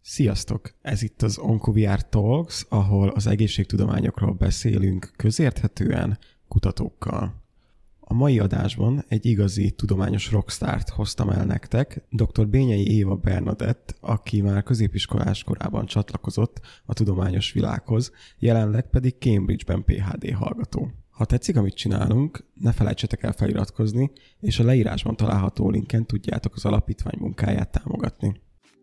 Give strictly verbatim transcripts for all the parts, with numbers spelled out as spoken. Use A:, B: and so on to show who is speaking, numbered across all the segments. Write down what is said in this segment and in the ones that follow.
A: Sziasztok! Ez itt az OncoVR Talks, ahol az egészségtudományokról beszélünk közérthetően kutatókkal. A mai adásban egy igazi tudományos rockstárt hoztam el nektek, dr. Bényei Éva Bernadett, aki már középiskolás korában csatlakozott a tudományos világhoz, jelenleg pedig Cambridge-ben pé há dé hallgató. Ha tetszik, amit csinálunk, ne felejtsetek el feliratkozni, és a leírásban található linken tudjátok az alapítvány munkáját támogatni.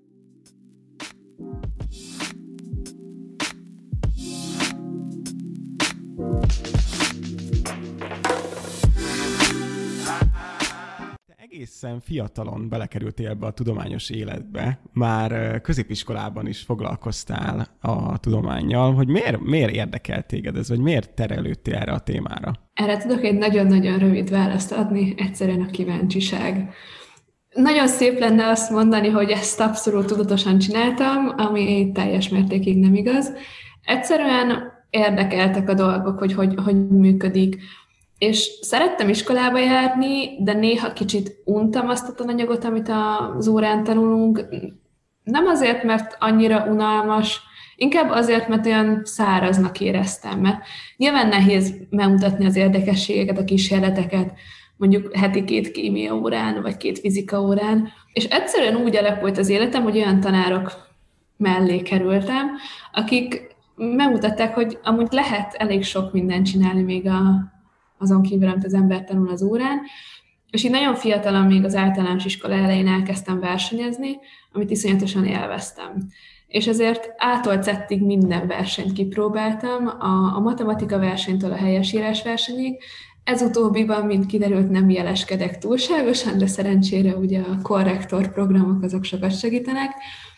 A: Te egészen fiatalon belekerültél be a tudományos életbe, már középiskolában is foglalkoztál a tudománnyal, hogy miért, miért érdekelt téged ez, vagy miért terelődtél erre a témára?
B: Erre tudok egy nagyon-nagyon rövid választ adni, egyszerűen a kíváncsiság. Nagyon szép lenne azt mondani, hogy ezt abszolút tudatosan csináltam, ami teljes mértékig nem igaz. Egyszerűen érdekeltek a dolgok, hogy hogy, hogy működik. És szerettem iskolába járni, de néha kicsit untam azt a tananyagot, amit az órán tanulunk. Nem azért, mert annyira unalmas, inkább azért, mert olyan száraznak éreztem. Mert nyilván nehéz megmutatni az érdekességeket, a kísérleteket, mondjuk heti két kémia órán, vagy két fizika órán, és egyszerűen úgy alakult az életem, hogy olyan tanárok mellé kerültem, akik megmutatták, hogy amúgy lehet elég sok mindent csinálni még a, azon kívül, amit az ember tanul az órán, és így nagyon fiatalon még az általános iskola elején elkezdtem versenyezni, amit iszonyatosan élveztem. És ezért A-tól Z-ig minden versenyt kipróbáltam, a, a matematika versenytől a helyesírás versenyig. Ez utóbbiban, mint kiderült, nem jeleskedek túlságosan, de szerencsére ugye a korrektor programok azok sokat segítenek.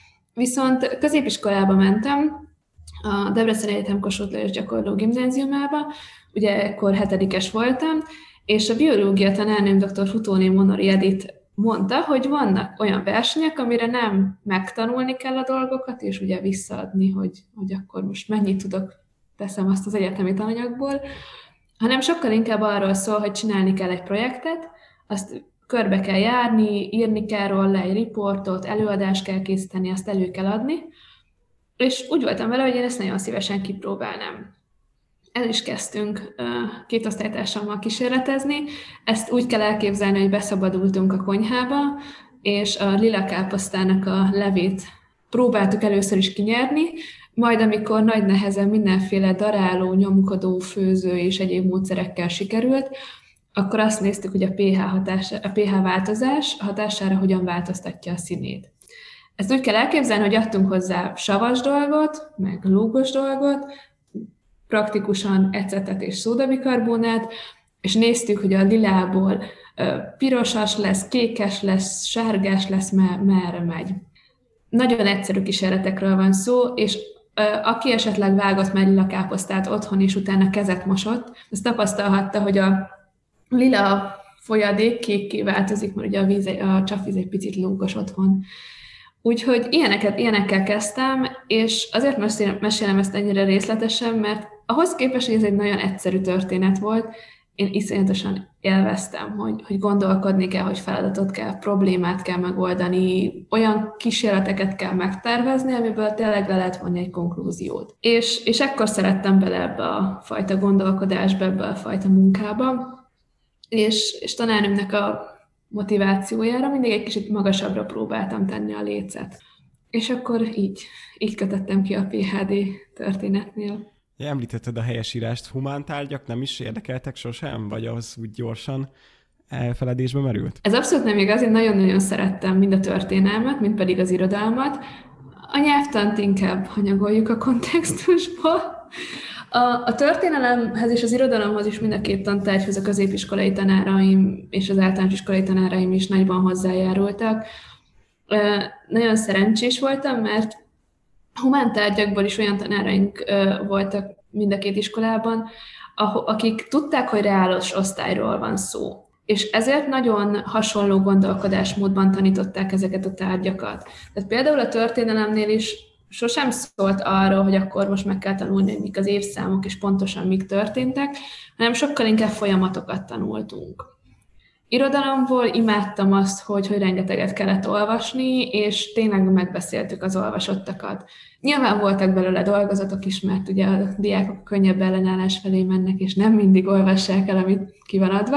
B: Viszont középiskolába mentem, a Debreceni Egyetem Kossuth Lajos gyakorló gimnáziumába, ugye ekkor hetedikes voltam, és a biológia tanárnőm dr. Futóné Monori Edith mondta, hogy vannak olyan versenyek, amire nem megtanulni kell a dolgokat, és ugye visszaadni, hogy, hogy akkor most mennyit tudok, teszem azt az egyetemi tananyagból, hanem sokkal inkább arról szól, hogy csinálni kell egy projektet, azt körbe kell járni, írni kell róla egy riportot, előadást kell készíteni, azt elő kell adni, és úgy voltam vele, hogy én ezt nagyon szívesen kipróbálnám. El is kezdtünk két osztálytársammal kísérletezni, ezt úgy kell elképzelni, hogy beszabadultunk a konyhába, és a lila káposztának a levét próbáltuk először is kinyerni, majd amikor nagy nehezen mindenféle daráló, nyomkodó, főző és egyéb módszerekkel sikerült, akkor azt néztük, hogy a pH, hatása, a pH változás hatására hogyan változtatja a színét. Ezt úgy kell elképzelni, hogy adtunk hozzá savas dolgot, meg lúgos dolgot, praktikusan ecetet és szódabikarbonát, és néztük, hogy a lilából pirosas lesz, kékes lesz, sárgás lesz, merre megy. Nagyon egyszerű kísérletekről van szó, és aki esetleg vágott már lila káposztát otthon, és utána kezet mosott, az tapasztalhatta, hogy a lila folyadék kékké változik, mert ugye a, víz, a csapvíz egy picit lúgos otthon. Úgyhogy ilyeneket, ilyenekkel kezdtem, és azért mesélem ezt ennyire részletesen, mert ahhoz képest, hogy ez egy nagyon egyszerű történet volt, én iszonyatosan élveztem, hogy, hogy gondolkodni kell, hogy feladatot kell, problémát kell megoldani, olyan kísérleteket kell megtervezni, amiből tényleg le lehet vonni egy konklúziót. És, és ekkor szerettem bele ebbe a fajta gondolkodásba, ebbe a fajta munkába, és, és tanárnőmnek a motivációjára mindig egy kicsit magasabbra próbáltam tenni a lécet. És akkor így, így kötöttem ki a pé há dé történetnél.
A: Említetted a helyesírást, humántárgyak nem is érdekeltek sosem, vagy az úgy gyorsan elfeledésbe merült?
B: Ez abszolút nem igaz, én nagyon-nagyon szerettem mind a történelmet, mind pedig az irodalmat. A nyelvtant inkább hanyagoljuk a kontextusból. A, a történelemhez és az irodalomhoz is mind a két tantárgyhoz a középiskolai tanáraim és az általános iskolai tanáraim is nagyban hozzájárultak. Nagyon szerencsés voltam, mert humántárgyakból is olyan tanáraink voltak mind a két iskolában, akik tudták, hogy reálos osztályról van szó. És ezért nagyon hasonló gondolkodásmódban tanították ezeket a tárgyakat. Tehát például a történelemnél is sosem szólt arról, hogy akkor most meg kell tanulni, hogy mik az évszámok, és pontosan mik történtek, hanem sokkal inkább folyamatokat tanultunk. Irodalomból imádtam azt, hogy, hogy rengeteget kellett olvasni, és tényleg megbeszéltük az olvasottakat. Nyilván voltak belőle dolgozatok is, mert ugye a diákok könnyebb ellenállás felé mennek, és nem mindig olvassák el, amit ki van adva,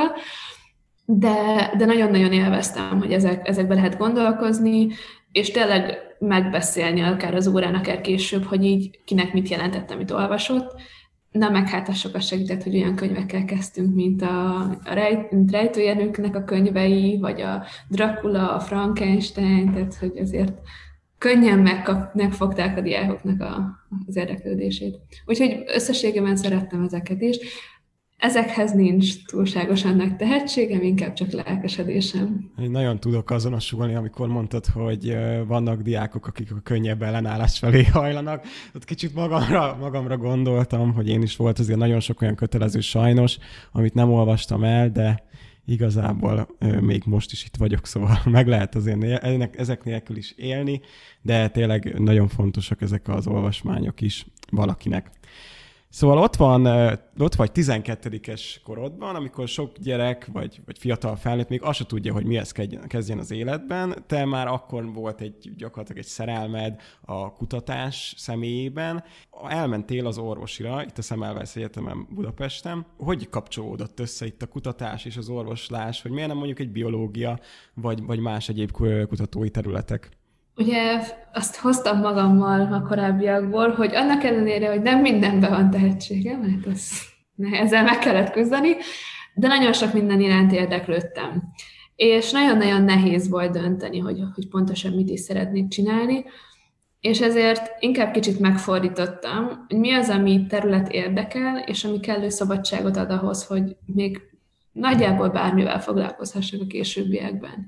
B: de, de nagyon-nagyon élveztem, hogy ezek, ezekbe lehet gondolkozni, és tényleg megbeszélni akár az órán, akár később, hogy így kinek mit jelentett, amit olvasott. Na, meg hát az sokat segített, hogy olyan könyvekkel kezdtünk, mint a, a Rejtőjenőknek a könyvei, vagy a Dracula, a Frankenstein, tehát hogy azért könnyen megkap, megfogták a diákoknak a, az érdeklődését. Úgyhogy összességében szerettem ezeket is. Ezekhez nincs túlságosan nagy tehetségem, inkább csak lelkesedésem.
A: Én nagyon tudok azonosulni, amikor mondtad, hogy vannak diákok, akik a könnyebb ellenállás felé hajlanak. Ott kicsit magamra, magamra gondoltam, hogy én is volt azért nagyon sok olyan kötelező sajnos, amit nem olvastam el, de igazából még most is itt vagyok, szóval meg lehet azért ennek, ezek nélkül is élni, de tényleg nagyon fontosak ezek az olvasmányok is valakinek. Szóval ott van, ott vagy tizenkettedikes korodban, amikor sok gyerek vagy, vagy fiatal felnőtt még azt se tudja, hogy mihez kezdjen az életben. Te már akkor volt egy gyakorlatilag egy szerelmed a kutatás személyében. Elmentél az orvosira, itt a Semmelweis Egyetemen Budapesten. Hogy kapcsolódott össze itt a kutatás és az orvoslás, hogy miért nem mondjuk egy biológia, vagy, vagy más egyéb kutatói területek?
B: Ugye azt hoztam magammal a korábbiakból, hogy annak ellenére, hogy nem mindenben van tehetségem, mert az ezzel meg kellett küzdeni, de nagyon sok minden iránt érdeklődtem. És nagyon-nagyon nehéz volt dönteni, hogy, hogy pontosan mit is szeretnék csinálni, és ezért inkább kicsit megfordítottam, hogy mi az, ami terület érdekel, és ami kellő szabadságot ad ahhoz, hogy még nagyjából bármivel foglalkozhassak a későbbiekben.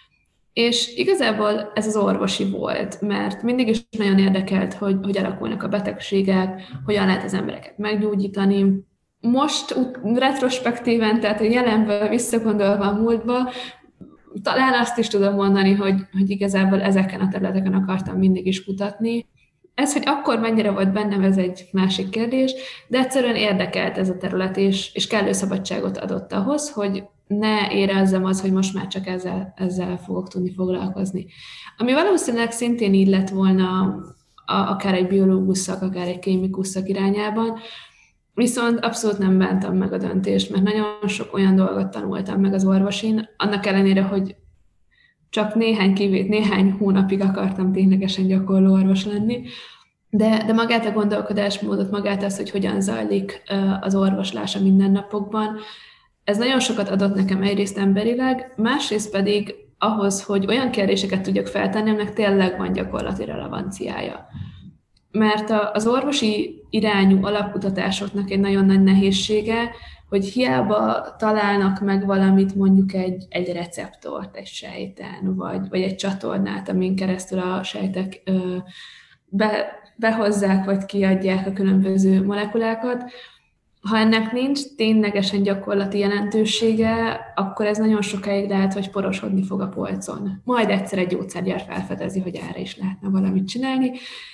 B: És igazából ez az orvosi volt, mert mindig is nagyon érdekelt, hogy hogy alakulnak a betegségek, hogyan lehet az embereket meggyógyítani. Most retrospektíven, tehát a jelenből visszagondolva a múltba, talán azt is tudom mondani, hogy, hogy igazából ezeken a területeken akartam mindig is kutatni. Ez, hogy akkor mennyire volt bennem, ez egy másik kérdés, de egyszerűen érdekelt ez a terület, és, és kellő szabadságot adott ahhoz, hogy ne érezzem az, hogy most már csak ezzel, ezzel fogok tudni foglalkozni. Ami valószínűleg szintén így lett volna a, akár egy biológus szak, akár egy kémikus szak irányában, viszont abszolút nem bántam meg a döntést, mert nagyon sok olyan dolgot tanultam meg az orvosin, annak ellenére, hogy csak néhány kivét, néhány hónapig akartam ténylegesen gyakorló orvos lenni, de, de magát a gondolkodásmódot, magát az, hogy hogyan zajlik az orvoslás a mindennapokban, ez nagyon sokat adott nekem egyrészt emberileg, másrészt pedig ahhoz, hogy olyan kérdéseket tudjak feltenni, aminek tényleg van gyakorlati relevanciája. Mert az orvosi irányú alapkutatásoknak egy nagyon nagy nehézsége, hogy hiába találnak meg valamit, mondjuk egy, egy receptort egy sejten, vagy, vagy egy csatornát, amin keresztül a sejtek ö, be, behozzák, vagy kiadják a különböző molekulákat. Ha ennek nincs ténylegesen gyakorlati jelentősége, akkor ez nagyon sokáig lehet, hogy porosodni fog a polcon. Majd egyszer egy gyógyszergyár felfedezi, hogy erre is lehetne valamit csinálni,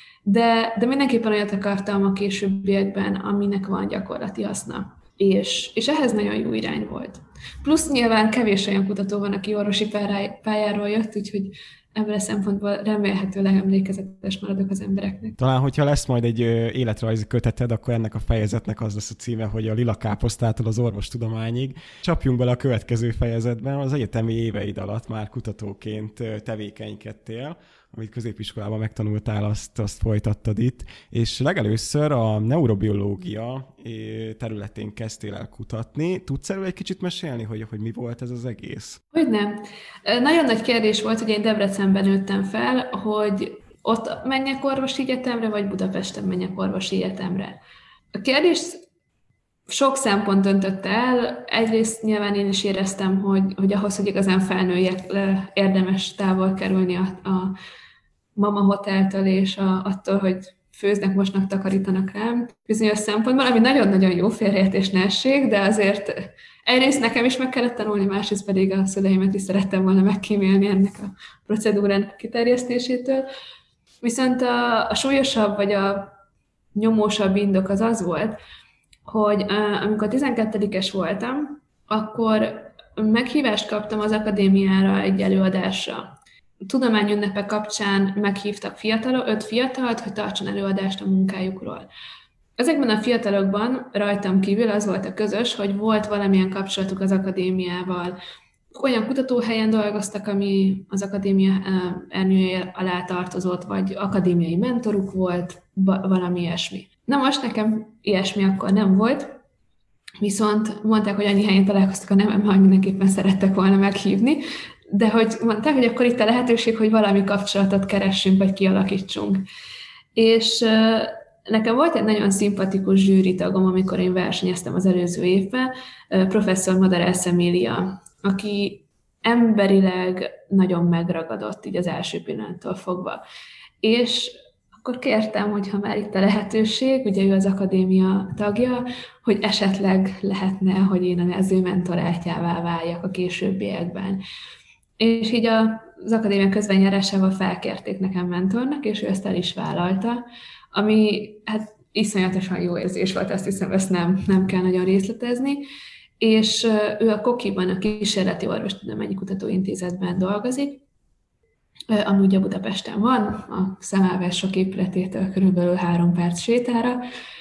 B: de, de mindenképpen olyat akartam a későbbiekben, aminek van gyakorlati haszna. És, és ehhez nagyon jó irány volt. Plusz nyilván kevés olyan kutató van, aki orvosi pályáról jött, úgyhogy ebből a szempontból remélhetőleg emlékezetes maradok az embereknek.
A: Talán, hogyha lesz majd egy életrajzi köteted, akkor ennek a fejezetnek az lesz a címe, hogy a lila káposztától az orvostudományig. Csapjunk bele a következő fejezetben, az egyetemi éveid alatt már kutatóként tevékenykedtél, amit középiskolában megtanultál, azt, azt folytattad itt, és legelőször a neurobiológia területén kezdtél el kutatni. Tudsz erről egy kicsit mesélni, hogy, hogy mi volt ez az egész?
B: Hogy nem. Nagyon nagy kérdés volt, hogy én Debrecenben nőttem fel, hogy ott menjek orvosi egyetemre, vagy Budapesten menjek orvosi egyetemre. A kérdés sok szempont döntött el. Egyrészt nyilván én is éreztem, hogy, hogy ahhoz, hogy igazán felnőjek, érdemes távol kerülni a, a mama hoteltől és a, attól, hogy főznek, mosnak, takarítanak rám bizonyos szempontból, ami nagyon-nagyon jó, félreértés ne essék, de azért egyrészt nekem is meg kellett tanulni, másrészt pedig a szüleimet is szerettem volna megkímélni ennek a procedúrán kiterjesztésétől. Viszont a, a súlyosabb vagy a nyomósabb indok az az volt, hogy amikor tizenkettedikes voltam, akkor meghívást kaptam az akadémiára egy előadásra. Tudományünnepe kapcsán meghívtak fiatalok, öt fiatalt, hogy tartson előadást a munkájukról. Ezekben a fiatalokban rajtam kívül az volt a közös, hogy volt valamilyen kapcsolatuk az akadémiával. Olyan kutatóhelyen dolgoztak, ami az akadémia ernyője alá tartozott, vagy akadémiai mentoruk volt, valami ilyesmi. Na most nekem ilyesmi akkor nem volt, viszont mondták, hogy annyi helyen találkoztak a nevem, hogy mindenképpen szerettek volna meghívni, de hogy mondták, hogy akkor itt a lehetőség, hogy valami kapcsolatot keressünk, vagy kialakítsunk. És nekem volt egy nagyon szimpatikus zsűritagom, amikor én versenyeztem az előző évben, professzor Madarász Emília, aki emberileg nagyon megragadott így az első pillanattól fogva. És akkor kértem, hogy ha már itt a lehetőség, ugye ő az akadémia tagja, hogy esetleg lehetne, hogy én az ő mentorátjává váljak a későbbiekben. És így az akadémia közbenjárásával felkérték nekem mentornak, és ő ezt el is vállalta, ami hát iszonyatosan jó érzés volt, azt hiszem, ezt nem, nem kell nagyon részletezni. És ő a Kokiban, a Kísérleti Orvostudományi Kutatóintézetben dolgozik, ami ugye Budapesten van, a Szemelweis-sok épületétől körülbelül három perc sétára,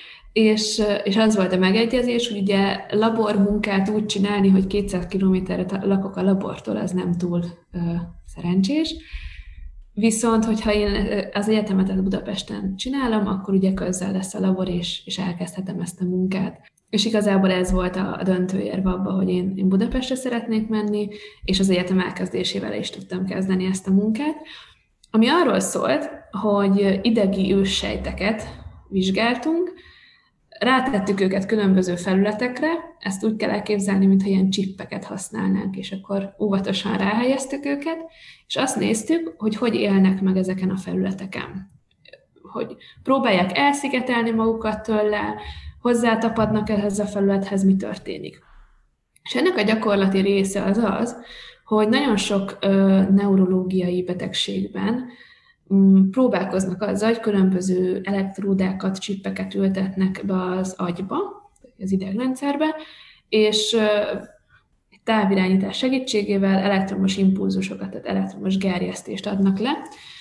B: és, és az volt a megegyezés, hogy ugye labormunkát úgy csinálni, hogy kétszáz kilométerre lakok a labortól, az nem túl uh, szerencsés. Viszont, hogyha én az egyetemet Budapesten csinálom, akkor ugye közel lesz a labor, és, és elkezdhetem ezt a munkát. És igazából ez volt a, a döntőérv abban, hogy én, én Budapestre szeretnék menni, és az egyetem elkezdésével is tudtam kezdeni ezt a munkát, ami arról szólt, hogy idegi őssejteket vizsgáltunk, rátettük őket különböző felületekre, ezt úgy kell elképzelni, mintha ilyen csippeket használnánk, és akkor óvatosan ráhelyeztük őket, és azt néztük, hogy hogy élnek meg ezeken a felületeken. Hogy próbálják elszigetelni magukat tőle, hozzátapadnak ehhez a felülethez, mi történik. És ennek a gyakorlati része az az, hogy nagyon sok ö, neurológiai betegségben m, próbálkoznak azzal, hogy különböző elektródákat, csippeket ültetnek be az agyba, az idegrendszerbe, és ö, távirányítás segítségével elektromos impulzusokat, tehát elektromos gerjesztést adnak le,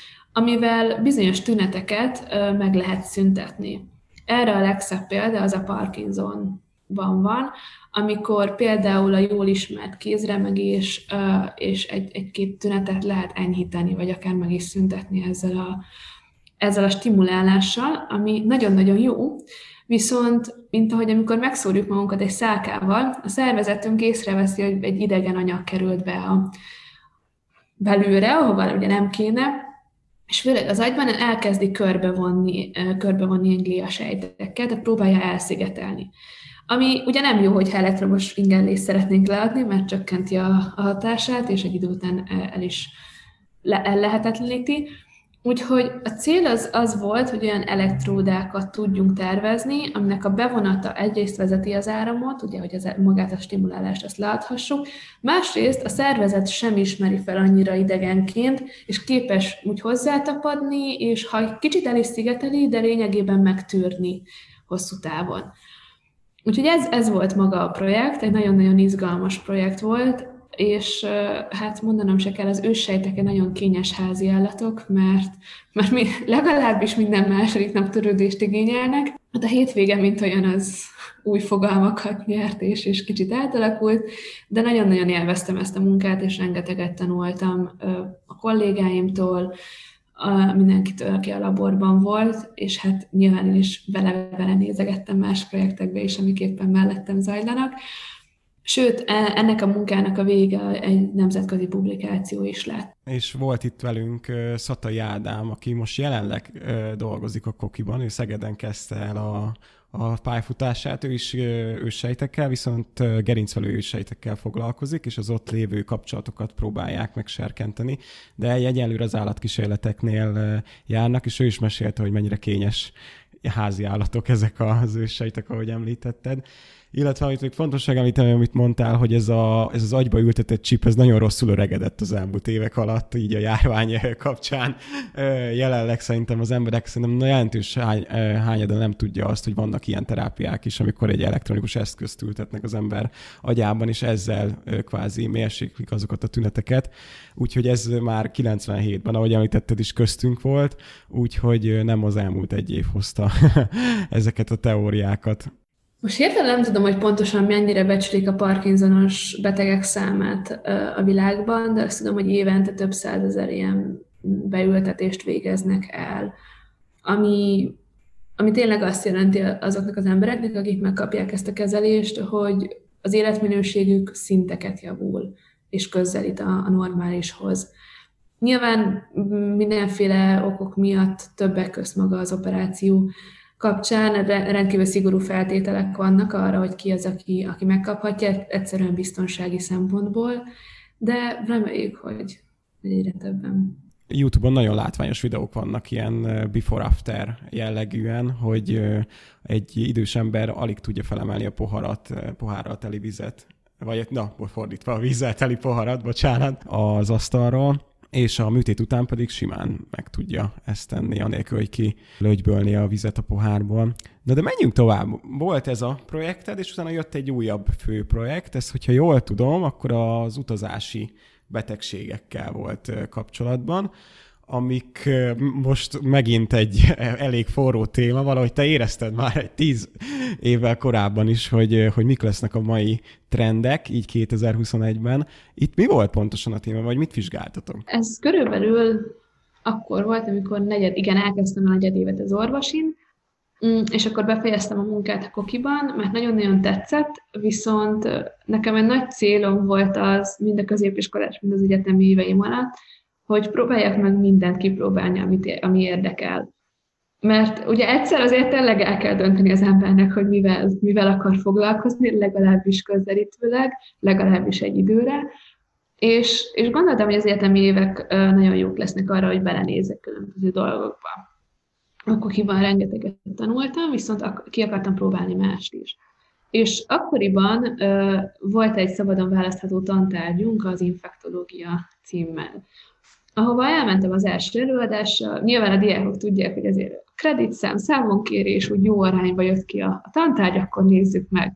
B: amivel bizonyos tüneteket ö, meg lehet szüntetni. Erre a legszebb példa az a Parkinsonban van, amikor például a jól ismert kézremegés és egy, egy-két tünetet lehet enyhíteni, vagy akár meg is szüntetni ezzel a, ezzel a stimulálással, ami nagyon-nagyon jó, viszont, mint ahogy amikor megszórjuk magunkat egy szálkával, a szervezetünk észreveszi, hogy egy idegen anyag került be a belőle, ahova ugye nem kéne, és főleg az agyban elkezdi körbevonni, körbevonni ilyen gliasejtekkel, tehát próbálja elszigetelni. Ami ugye nem jó, hogyha elektromos fingellést szeretnénk leadni, mert csökkenti a, a hatását, és egy idő után el is le, ellehetetleníti. Úgyhogy a cél az, az volt, hogy olyan elektródákat tudjunk tervezni, aminek a bevonata egyrészt vezeti az áramot, ugye, hogy az, magát a stimulálást azt láthassuk, másrészt a szervezet sem ismeri fel annyira idegenként, és képes úgy hozzátapadni, és ha kicsit el is szigeteli, de lényegében megtűrni hosszú távon. Úgyhogy ez, ez volt maga a projekt, egy nagyon-nagyon izgalmas projekt volt, és hát mondanom se kell, az őssejtek nagyon kényes házi állatok, mert, mert mi, legalábbis minden második nap törődést igényelnek. Hát a hétvége, mint olyan, az új fogalmakat nyert, és, és kicsit átalakult, de nagyon-nagyon élveztem ezt a munkát, és rengeteget tanultam a kollégáimtól, a mindenkitől, aki a laborban volt, és hát nyilván én is vele-vele nézegettem más projektekbe is, amiképpen mellettem zajlanak. Sőt, ennek a munkának a vége egy nemzetközi publikáció is lett.
A: És volt itt velünk Szatai Ádám, aki most jelenleg dolgozik a Kokiban, ő Szegeden kezdte el a, a pályafutását, ő is őssejtekkel, viszont gerincvelő őssejtekkel foglalkozik, és az ott lévő kapcsolatokat próbálják megserkenteni, de egyelőre az állatkísérleteknél járnak, és ő is mesélte, hogy mennyire kényes házi állatok ezek az őssejtek, ahogy említetted. Illetve, amit még fontos megemlíteni, amit mondtál, hogy ez, a, ez az agyba ültetett chip, ez nagyon rosszul öregedett az elmúlt évek alatt, így a járvány kapcsán. Jelenleg szerintem az emberek szerintem jelentős hány, hányada nem tudja azt, hogy vannak ilyen terápiák is, amikor egy elektronikus eszközt ültetnek az ember agyában, és ezzel kvázi mérséklik azokat a tüneteket. Úgyhogy ez már kilencvenhétben, ahogy említetted is, köztünk volt, úgyhogy nem az elmúlt egy év hozta ezeket a teóriákat.
B: Most hirtelen nem tudom, hogy pontosan mennyire becsülik a Parkinsonos betegek számát a világban, de azt tudom, hogy évente több százezer ilyen beültetést végeznek el, ami, ami tényleg azt jelenti azoknak az embereknek, akik megkapják ezt a kezelést, hogy az életminőségük szinteket javul, és közelít a, a normálishoz. Nyilván mindenféle okok miatt többek közt maga az operáció kapcsán rendkívül szigorú feltételek vannak arra, hogy ki az, aki, aki megkaphatja, egyszerűen biztonsági szempontból, de reméljük, hogy egyre többen.
A: YouTube-on nagyon látványos videók vannak ilyen before-after jellegűen, hogy egy idős ember alig tudja felemelni a poharat, pohárral teli vizet, vagy na, fordítva, a vízzel teli poharat, bocsánat, az asztalról, és a műtét után pedig simán meg tudja ezt tenni, anélkül, hogy ki lögybölni a vizet a pohárból. Na de menjünk tovább. Volt ez a projekted, és utána jött egy újabb fő projekt. Ez, hogyha jól tudom, akkor az utazási betegségekkel volt kapcsolatban, amik most megint egy elég forró téma, valahogy te érezted már egy tíz évvel korábban is, hogy, hogy mik lesznek a mai trendek, így kétezer-huszonegyben. Itt mi volt pontosan a téma, vagy mit vizsgáltatok?
B: Ez körülbelül akkor volt, amikor negyed, igen, elkezdtem a negyedévet az orvosin, és akkor befejeztem a munkát a Kokiban, mert nagyon-nagyon tetszett, viszont nekem egy nagy célom volt az, mind a középiskolás, mind az egyetemi éveim alatt, hogy próbáljak meg mindent kipróbálni, amit, ami érdekel. Mert ugye egyszer azért tényleg el kell dönteni az embernek, hogy mivel, mivel akar foglalkozni, legalábbis közelítőleg, legalábbis egy időre, és, és gondoltam, hogy az egyetemi évek nagyon jók lesznek arra, hogy belenézek különböző dolgokba. Akkor kiban rengeteget tanultam, viszont ki akartam próbálni mást is. És akkoriban uh, volt egy szabadon választható tantárgyunk, az infektológia címmel, ahova elmentem az első előadással. Nyilván a diákok tudják, hogy azért a kreditszám, számonkérés úgy jó arányba jött ki a, a tantárgy, akkor nézzük meg.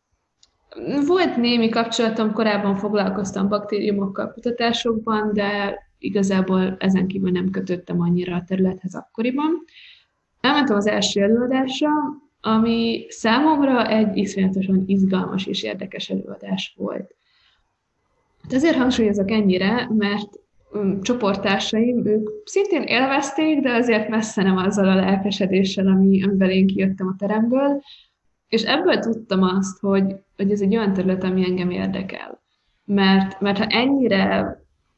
B: Volt némi kapcsolatom, korábban foglalkoztam baktériumokkal kutatásokban, de igazából ezen kívül nem kötöttem annyira a területhez akkoriban. Elmentem az első előadásra, ami számomra egy iszonyatosan izgalmas és érdekes előadás volt. Ezért hangsúlyozok ennyire, mert um, csoporttársaim, ők szintén élvezték, de azért messze nem azzal a lelkesedéssel, ami, amivel én kijöttem a teremből, és ebből tudtam azt, hogy, hogy ez egy olyan terület, ami engem érdekel. Mert, mert ha ennyire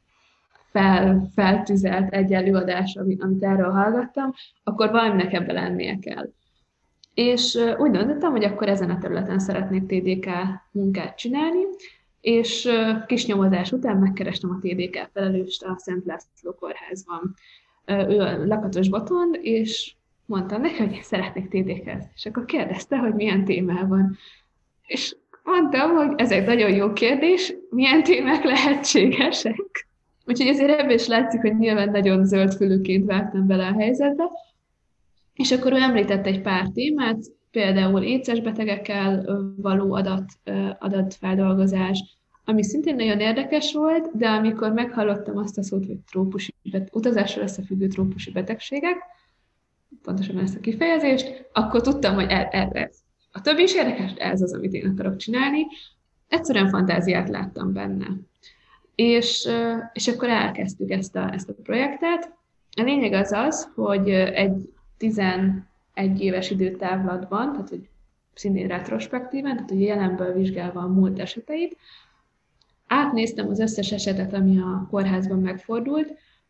B: fel, feltüzelt egy előadás, amit, amit erről hallgattam, akkor valaminek ebben lennie kell. És uh, úgy döntöttem, hogy akkor ezen a területen szeretnék té dé ká munkát csinálni, és uh, kis nyomozás után megkerestem a té dé ká felelőst a Szent László kórházban. Uh, ő a Lakatos Botond, és mondtam neki, hogy szeretnék té dé ká-t. És akkor kérdezte, hogy milyen témában. És mondtam, hogy ez egy nagyon jó kérdés, milyen témák lehetségesek. Úgyhogy azért ebből is látszik, hogy nyilván nagyon zöldfülűként vágtam bele a helyzetbe. És akkor ő említett egy pár témát, például étszes betegekkel való adat, adatfeldolgozás, ami szintén nagyon érdekes volt, de amikor meghallottam azt a szót, hogy trópusi bet- utazással összefüggő trópusi betegségek, pontosan ezt a kifejezést, akkor tudtam, hogy ez, ez, ez. A többi is érdekes, ez az, amit én akarok csinálni. Egyszerűen fantáziát láttam benne. És, és akkor elkezdtük ezt a, ezt a projektet. A lényeg az az, hogy egy tizenegy éves időtávlatban, tehát hogy szintén retrospektíven, tehát hogy jelenből vizsgálva a múlt eseteit, átnéztem az összes esetet, ami a kórházban megfordult,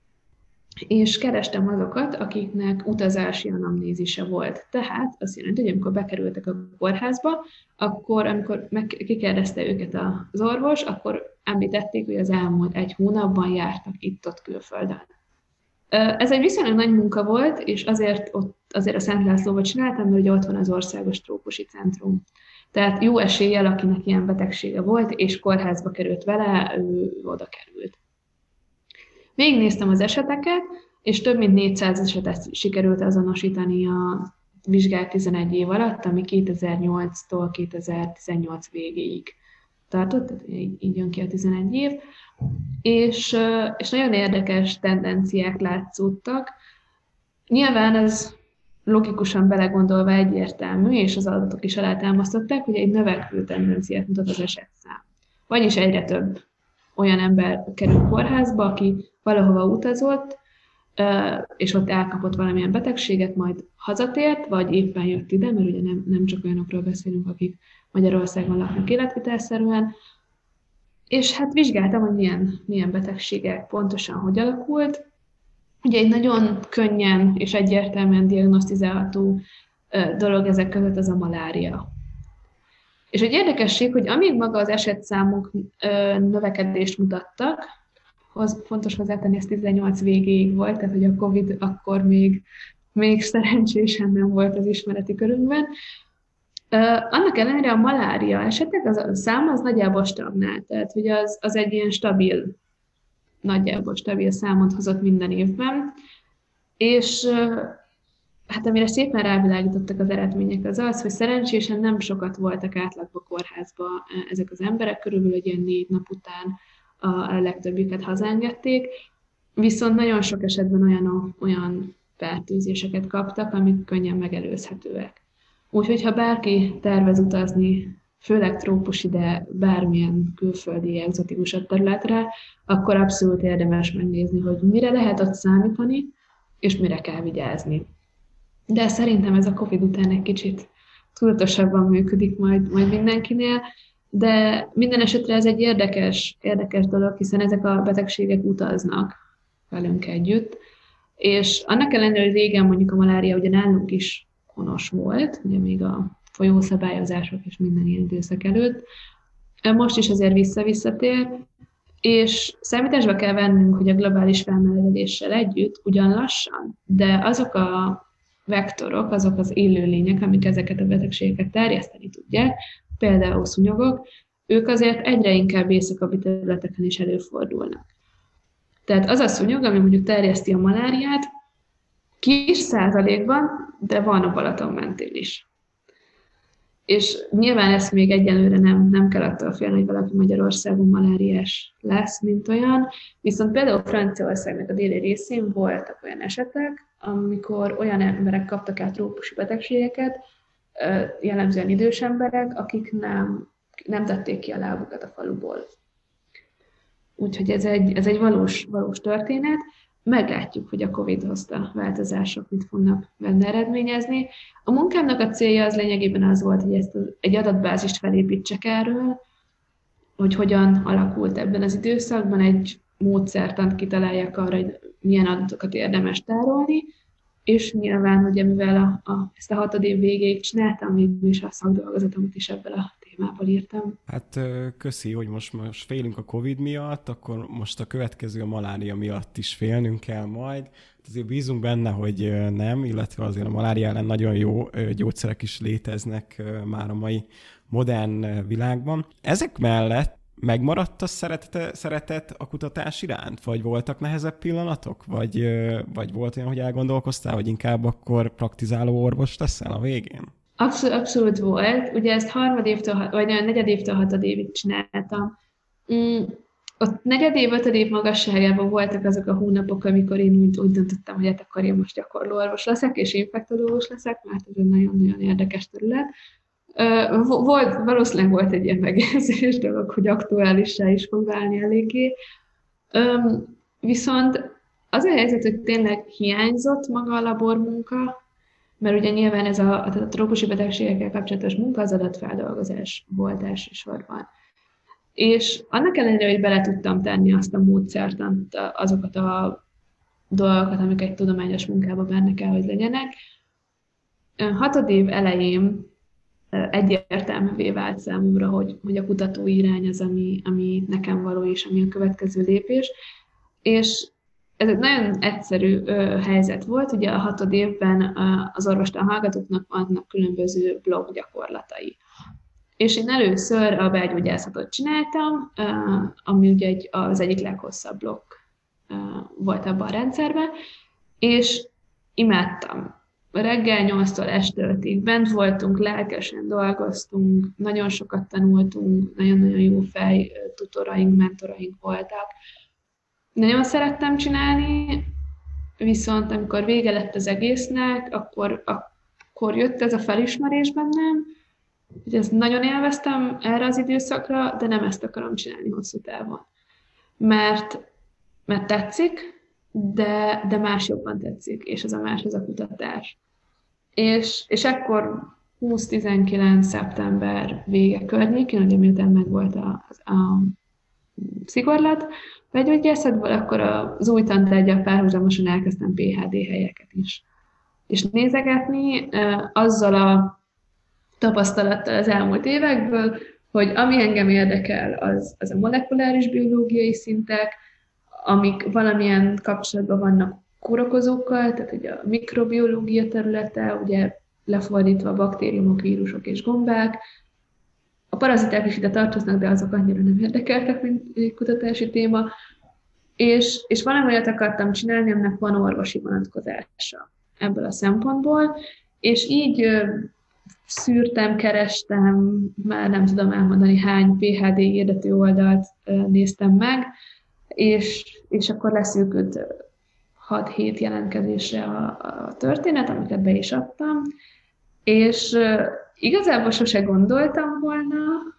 B: és kerestem azokat, akiknek utazási anamnézise volt. Tehát azt jelenti, hogy amikor bekerültek a kórházba, akkor amikor meg kikérdezte őket az orvos, akkor említették, hogy az elmúlt egy hónapban jártak itt-ott külföldön. Ez egy viszonylag nagy munka volt, és azért, ott, azért a Szent Lászlóba csináltam, mert ugye ott van az Országos Trópusi Centrum. Tehát jó eséllyel, akinek ilyen betegsége volt, és kórházba került vele, ő oda került. Végignéztem az eseteket, és több mint négyszáz esetet sikerült azonosítani a vizsgált tizenegy év alatt, ami kétezer-nyolctól kétezer-tizennyolc végéig tartott, tehát így, így jön ki a tizenegy év, és, és nagyon érdekes tendenciák látszódtak. Nyilván ez logikusan belegondolva egyértelmű, és az adatok is alátámasztották, hogy egy növekvő tendenciát mutat az esetszám. Vagyis egyre több olyan ember kerül kórházba, aki valahova utazott, és ott elkapott valamilyen betegséget, majd hazatért, vagy éppen jött ide, mert ugye nem, nem csak olyanokról beszélünk, akik Magyarországon laknak életvitelszerűen. És hát vizsgáltam, hogy milyen, milyen betegségek pontosan hogy alakult. Ugye egy nagyon könnyen és egyértelműen diagnosztizálható dolog ezek között az a malária. És egy érdekesség, hogy amíg maga az esetszámok növekedést mutattak, az fontos hozzátenni, ez tizennyolc végéig volt, tehát hogy a Covid akkor még, még szerencsésen nem volt az ismereti körünkben. Annak ellenére a malária esetek, az a szám az nagyjából stagnált, tehát hogy az, az egy ilyen stabil, nagyjából stabil számot hozott minden évben, és hát amire szépen rávilágítottak az eredmények az az, hogy szerencsésen nem sokat voltak átlagban kórházba ezek az emberek, körülbelül egy ilyen négy nap után a legtöbbjüket hazaengedték, viszont nagyon sok esetben olyan, olyan fertőzéseket kaptak, amik könnyen megelőzhetőek. Úgyhogy ha bárki tervez utazni, főleg trópusi, de bármilyen külföldi egzotikusabb területre, akkor abszolút érdemes megnézni, hogy mire lehet ott számítani, és mire kell vigyázni. De szerintem ez a Covid után egy kicsit tudatosabban működik majd, majd mindenkinél, de minden esetre ez egy érdekes, érdekes dolog, hiszen ezek a betegségek utaznak velünk együtt, és annak ellenére, hogy régen mondjuk a malária ugye nálunk is honos volt, ugye még a folyószabályozások és minden ilyen időszak előtt, most is azért vissza-visszatér, és számításba kell vennünk, hogy a globális felmelegedéssel együtt ugyan lassan, de azok a vektorok, azok az élőlények, amik ezeket a betegségeket terjeszteni tudják, például szúnyogok, ők azért egyre inkább északabbi területeken is előfordulnak. Tehát az a szúnyog, ami mondjuk terjeszti a maláriát, kis százalékban, de van a Balaton mentén is. És nyilván ezt még egyelőre nem, nem kell attól félni, hogy valaki Magyarországon maláriás lesz, mint olyan, viszont például Franciaországnak a déli részén voltak olyan esetek, amikor olyan emberek kaptak át trópusi betegségeket, jellemzően idős emberek, akik nem, nem tették ki a lábukat a faluból. Úgyhogy ez egy, ez egy valós, valós történet. Meglátjuk, hogy a Covid hozta változások mit fognak benne eredményezni. A munkámnak a célja az lényegében az volt, hogy ezt egy adatbázist felépítsek erről, hogy hogyan alakult ebben az időszakban, egy módszertant kitaláljak arra, hogy milyen adatokat érdemes tárolni, és nyilván, ugye mivel a, a, ezt a hatod év végéig csináltam, mégis a szakdolgozatomot is ebből a témából írtam.
A: Hát köszi, hogy most, most félünk a Covid miatt, akkor most a következő a malária miatt is félnünk kell majd. Azért bízunk benne, hogy nem, illetve azért a malária ellen nagyon jó gyógyszerek is léteznek már a mai modern világban. Ezek mellett megmaradt a szeretete, szeretet a kutatás iránt? Vagy voltak nehezebb pillanatok? Vagy, vagy volt olyan, hogy elgondolkoztál, hogy inkább akkor praktizáló orvos leszel a végén?
B: Abszolút, abszolút volt. Ugye ezt harmadévtől, vagy negyedévtől hatodévig csináltam. Mm, ott negyedév, ötödév magasságában voltak azok a hónapok, amikor én úgy, úgy döntöttem, hogy hát akkor én most gyakorló orvos leszek, és infektológus leszek, mert ez egy nagyon-nagyon érdekes terület. Volt, valószínűleg volt egy ilyen megérzés dolog, hogy aktuálissá is fog válni eléggé. Viszont az a helyzet, hogy tényleg hiányzott maga a labormunka, mert ugye nyilván ez a, a trópusi betegségekkel kapcsolatos munka az adatfeldolgozás volt elsősorban. És annak ellenére, hogy bele tudtam tenni azt a módszertant, azokat a dolgokat, amik egy tudományos munkában benne kell, hogy legyenek, hatodév elején egyértelművé vált számomra, hogy, hogy a kutatói irány az, ami, ami nekem való, és ami a következő lépés. És ez egy nagyon egyszerű ö, helyzet volt, ugye a hatod évben ö, az orvostan hallgatóknak vannak különböző blog gyakorlatai. És én először a belgyógyászatot csináltam, ami ugye egy, az egyik leghosszabb blokk volt abban a rendszerben, és imádtam. Reggel nyolctól este ötig bent voltunk, lelkesen dolgoztunk, nagyon sokat tanultunk, nagyon-nagyon jó fej tutoraink, mentoraink voltak. Nagyon szerettem csinálni, viszont amikor vége lett az egésznek, akkor, akkor jött ez a felismerés bennem, hogy ezt nagyon élveztem erre az időszakra, de nem ezt akarom csinálni hosszú távon. Mert, mert tetszik, de, de más jobban tetszik, és ez a más, ez a kutatás. És, és ekkor húsz-tizenkilenc szeptember vége környékén, ugye miután megvolt a, a szigorlat vegyógyászatból, akkor az új tantárggyal párhuzamosan elkezdtem pé há dé helyeket is. És nézegetni azzal a tapasztalattal az elmúlt évekből, hogy ami engem érdekel, az, az a molekuláris biológiai szintek, amik valamilyen kapcsolatban vannak kórokozókkal, tehát ugye a mikrobiológia területe, ugye lefordítva a baktériumok, vírusok és gombák. A paraziták is ide tartoznak, de azok annyira nem érdekeltek, mint egy kutatási téma. És, és valami olyat akartam csinálni, aminek van orvosi vonatkozása ebből a szempontból, és így szűrtem, kerestem, már nem tudom elmondani hány pé há dé hirdető oldalt néztem meg, és, és akkor leszűkült hat-hét jelentkezésre a, a történet, amiket be is adtam, és uh, igazából sose gondoltam volna,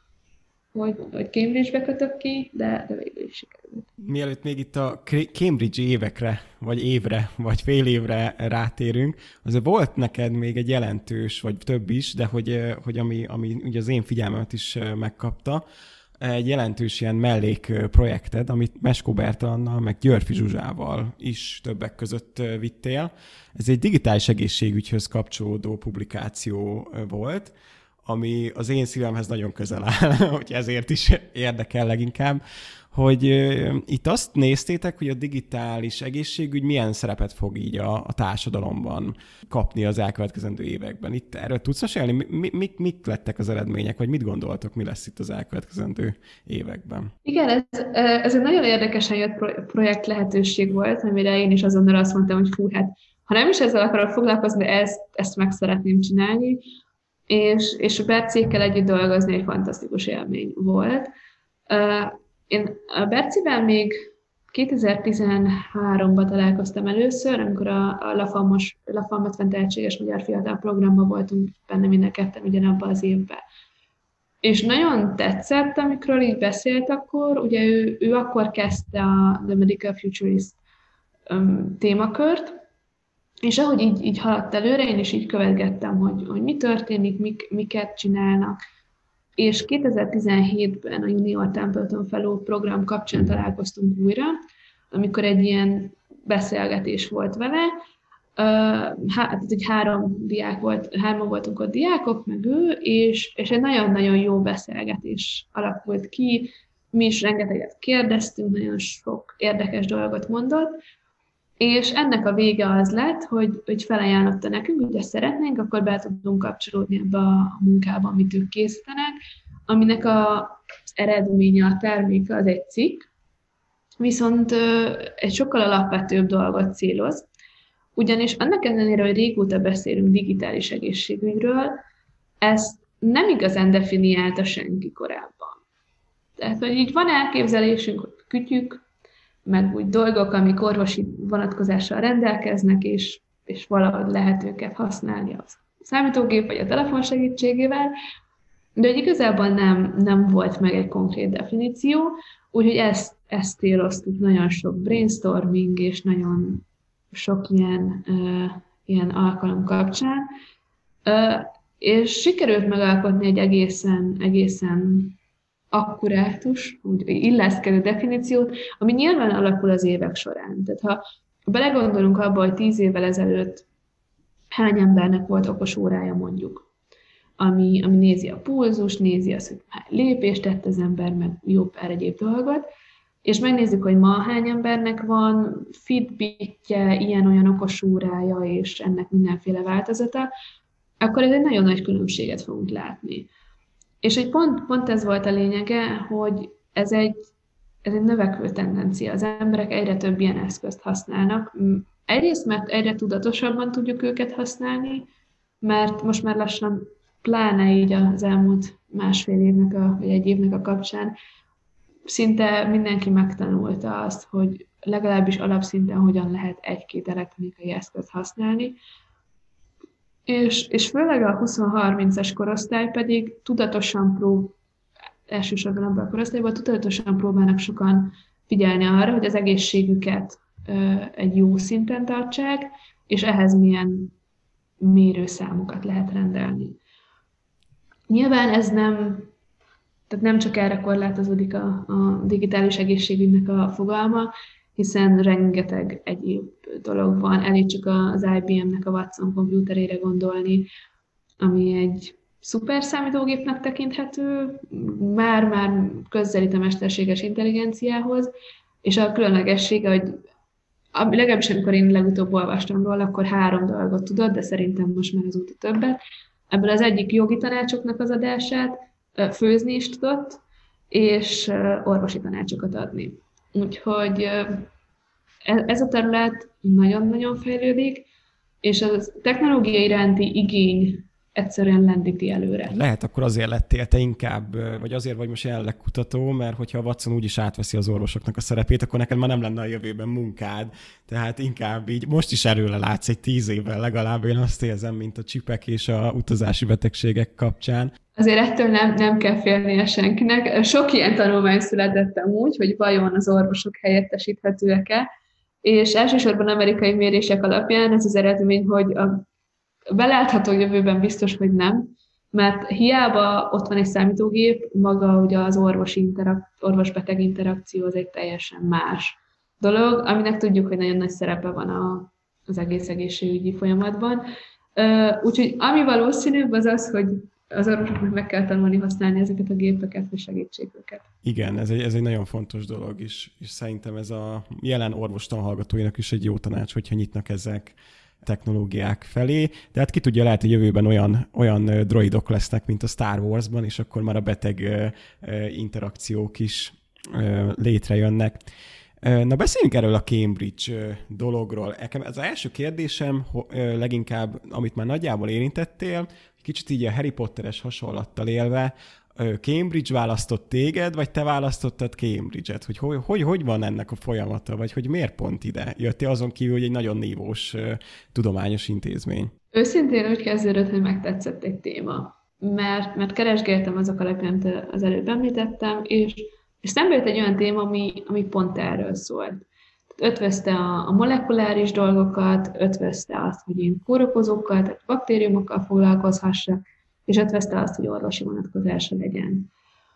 B: hogy, hogy Cambridge-be kötök ki, de, de végül is sikerült.
A: Mielőtt még itt a Cambridge évekre, vagy évre, vagy fél évre rátérünk, azért volt neked még egy jelentős, vagy több is, de hogy, hogy ami, ami ugye az én figyelmemet is megkapta, egy jelentős ilyen mellékprojekted, amit Meskó Bertalannal, meg Györfi Zsuzsával is többek között vittél. Ez egy digitális egészségügyhöz kapcsolódó publikáció volt, ami az én szívemhez nagyon közel áll, hogy ezért is érdekel leginkább, hogy itt azt néztétek, hogy a digitális egészségügy milyen szerepet fog így a, a társadalomban kapni az elkövetkezendő években. Itt erről tudsz mesélni? Mi, mi, mik lettek az eredmények, vagy mit gondoltok, mi lesz itt az elkövetkezendő években?
B: Igen, ez, ez egy nagyon érdekesen jött projekt lehetőség volt, amire én is azonnal azt mondtam, hogy fú, hát ha nem is ezzel akarok foglalkozni, de ezt, ezt meg szeretném csinálni, és, és a Bercékkel együtt dolgozni egy fantasztikus élmény volt. Én a Bercivel még kétezer-tizenháromban találkoztam először, amikor a, a Lafalmos, Lafalm ötven tehetséges magyar fiatal programban voltunk benne mind a ketten ugyanabban az évben. És nagyon tetszett, amikor így beszélt akkor, ugye ő, ő akkor kezdte a The Medical Futurist um, témakört, és ahogy így, így haladt előre, én is így követgettem, hogy, hogy mi történik, mik, miket csinálnak. És kétezer-tizenhétben a Junior Templeton Fellow program kapcsán találkoztunk újra, amikor egy ilyen beszélgetés volt vele. Hát egy három diák volt, hárman voltunk ott diákok, meg ő, és, és egy nagyon-nagyon jó beszélgetés alakult ki. Mi is rengeteget kérdeztünk, nagyon sok érdekes dolgot mondott, és ennek a vége az lett, hogy, hogy felajánlotta nekünk, hogy ezt szeretnénk, akkor be tudunk kapcsolódni ebbe a munkába, amit ők készítenek, aminek az eredménye, a terméke az egy cikk, viszont egy sokkal alapvetőbb dolgot céloz, ugyanis annak ellenére, hogy régóta beszélünk digitális egészségügyről, ezt nem igazán definiálta senki korábban. Tehát, hogy így van elképzelésünk, hogy kütyük, meg úgy dolgok, amik orvosi vonatkozással rendelkeznek, és, és valahogy lehet őket használni a számítógép vagy a telefon segítségével, de hogy igazából nem, nem volt meg egy konkrét definíció, úgyhogy ezt, ezt céloztuk nagyon sok brainstorming és nagyon sok ilyen, uh, ilyen alkalom kapcsán, uh, és sikerült megalkotni egy egészen, egészen akkurátus, úgy illeszkedő definíciót, ami nyilván alakul az évek során. Tehát ha belegondolunk abba, hogy tíz évvel ezelőtt hány embernek volt okos órája mondjuk, ami, ami nézi a pulzus, nézi azt, hogy hány lépést tett az ember, meg jó pár egyéb dolgot, és megnézzük, hogy ma hány embernek van Fitbitje, ilyen-olyan okos órája, és ennek mindenféle változata, akkor ez egy nagyon nagy különbséget fogunk látni. És hogy pont, pont ez volt a lényege, hogy ez egy, ez egy növekvő tendencia. Az emberek egyre több ilyen eszközt használnak. Egyrészt, mert egyre tudatosabban tudjuk őket használni, mert most már lassan, pláne így az elmúlt másfél évnek, a, vagy egy évnek a kapcsán, szinte mindenki megtanulta azt, hogy legalábbis alapszinten hogyan lehet egy-két elektronikai eszközt használni, és, és főleg a húsz-harmincas korosztály pedig tudatosan prób, elsősorban abban a korosztályban tudatosan próbálnak sokan figyelni arra, hogy az egészségüket ö, egy jó szinten tartsák, és ehhez milyen mérőszámokat lehet rendelni. Nyilván ez nem, tehát nem csak erre korlátozódik a, a digitális egészségügynek a fogalma, hiszen rengeteg egyéb dolog van. Elég csak az I B M-nek a Watson komputerére gondolni, ami egy szuper számítógépnek tekinthető, már-már közelít a mesterséges intelligenciához, és a különlegessége, hogy legalábbis amikor én legutóbb olvastam róla, akkor három dolgot tudott, de szerintem most már azóta többet. Ebből az egyik jogi tanácsoknak az adását, főzni is tudott, és orvosi tanácsokat adni. Úgyhogy ez a terület nagyon-nagyon fejlődik, és a technológia iránti igény egyszerűen lendíti előre.
A: Lehet, akkor azért lettél te inkább, vagy azért vagy most jelenleg kutató, mert hogyha a Watson úgyis átveszi az orvosoknak a szerepét, akkor neked már nem lenne a jövőben munkád. Tehát inkább így most is erőle látsz egy tíz évvel legalább, én azt érzem, mint a csipek és a utazási betegségek kapcsán.
B: Azért ettől nem, nem kell félnie senkinek. Sok ilyen tanulmány született úgy, hogy vajon az orvosok helyettesíthetőek-e, és elsősorban amerikai mérések alapján ez az eredmény, hogy a belátható jövőben biztos, hogy nem, mert hiába ott van egy számítógép, maga ugye az orvos interak- orvos-beteg interakció az egy teljesen más dolog, aminek tudjuk, hogy nagyon nagy szerepe van a, az egész egészségügyi folyamatban. Úgyhogy ami valószínűbb az az, hogy az orvosoknak meg kell tanulni használni ezeket a gépeket, hogy segítsék őket.
A: Igen, ez egy, ez egy nagyon fontos dolog is, és szerintem ez a jelen orvostanhallgatóinak is egy jó tanács, hogyha nyitnak ezek technológiák felé, de hát ki tudja, lehet, hogy jövőben olyan, olyan droidok lesznek, mint a Star Warsban, és akkor már a beteg interakciók is létrejönnek. Na, beszéljünk erről a Cambridge dologról. Ez az első kérdésem leginkább, amit már nagyjából érintettél, kicsit így a Harry Potteres hasonlattal élve, Cambridge választott téged, vagy te választottad Cambridge-et? Hogy hogy, hogy hogy van ennek a folyamata, vagy hogy miért pont ide jöttél, azon kívül, hogy egy nagyon nívós uh, tudományos intézmény?
B: Őszintén úgy kezdődött, hogy megtetszett egy téma, mert, mert keresgéltem azok alapján, az előbb említettem, és, és szembe jött egy olyan téma, ami, ami pont erről szólt. Tehát ötvözte a, a molekuláris dolgokat, ötvözte azt, hogy én kórokozókkal, tehát baktériumokkal foglalkozhassak, és ötvözte azt, hogy orvosi vonatkozása legyen.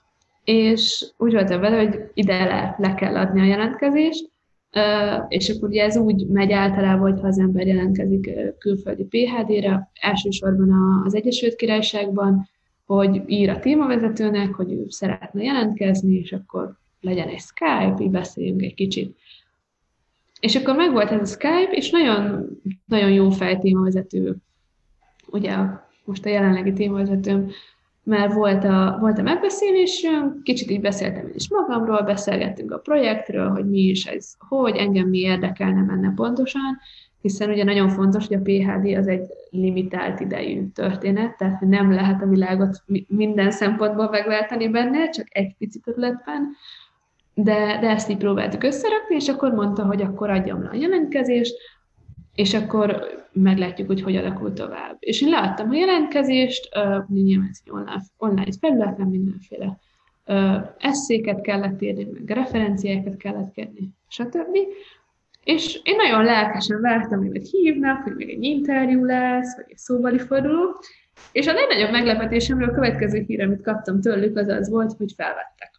B: És úgy voltam vele, hogy ide le, le kell adni a jelentkezést, és akkor ugye ez úgy megy általában, hogyha az ember jelentkezik külföldi P H D-re, elsősorban az Egyesült Királyságban, hogy ír a témavezetőnek, hogy ő szeretne jelentkezni, és akkor legyen egy Skype, így beszéljünk egy kicsit. És akkor megvolt ez a Skype, és nagyon, nagyon jó fej témavezető, ugye most a jelenlegi témavezetőm, mert volt a, volt a megbeszélésünk, kicsit így beszéltem én is magamról, beszélgettünk a projektről, hogy mi is ez, hogy engem mi érdekelne benne pontosan, hiszen ugye nagyon fontos, hogy a P H D az egy limitált idejű történet, tehát hogy nem lehet a világot minden szempontból megváltani benne, csak egy pici területben, de, de ezt így próbáltuk összerakni, és akkor mondta, hogy akkor adjam le a jelentkezést, és akkor meglátjuk, hogy hogy alakul tovább. És én leadtam a jelentkezést, uh, nyilván ez egy online, online felületen mindenféle uh, eszéket kellett írni, meg referenciákat kellett kérni, stb. És én nagyon lelkesen vártam, hogy hívnak, hogy még egy interjú lesz, vagy egy szóbeli forduló, és a legnagyobb meglepetésemről a következő hír, amit kaptam tőlük, az az volt, hogy felvettek.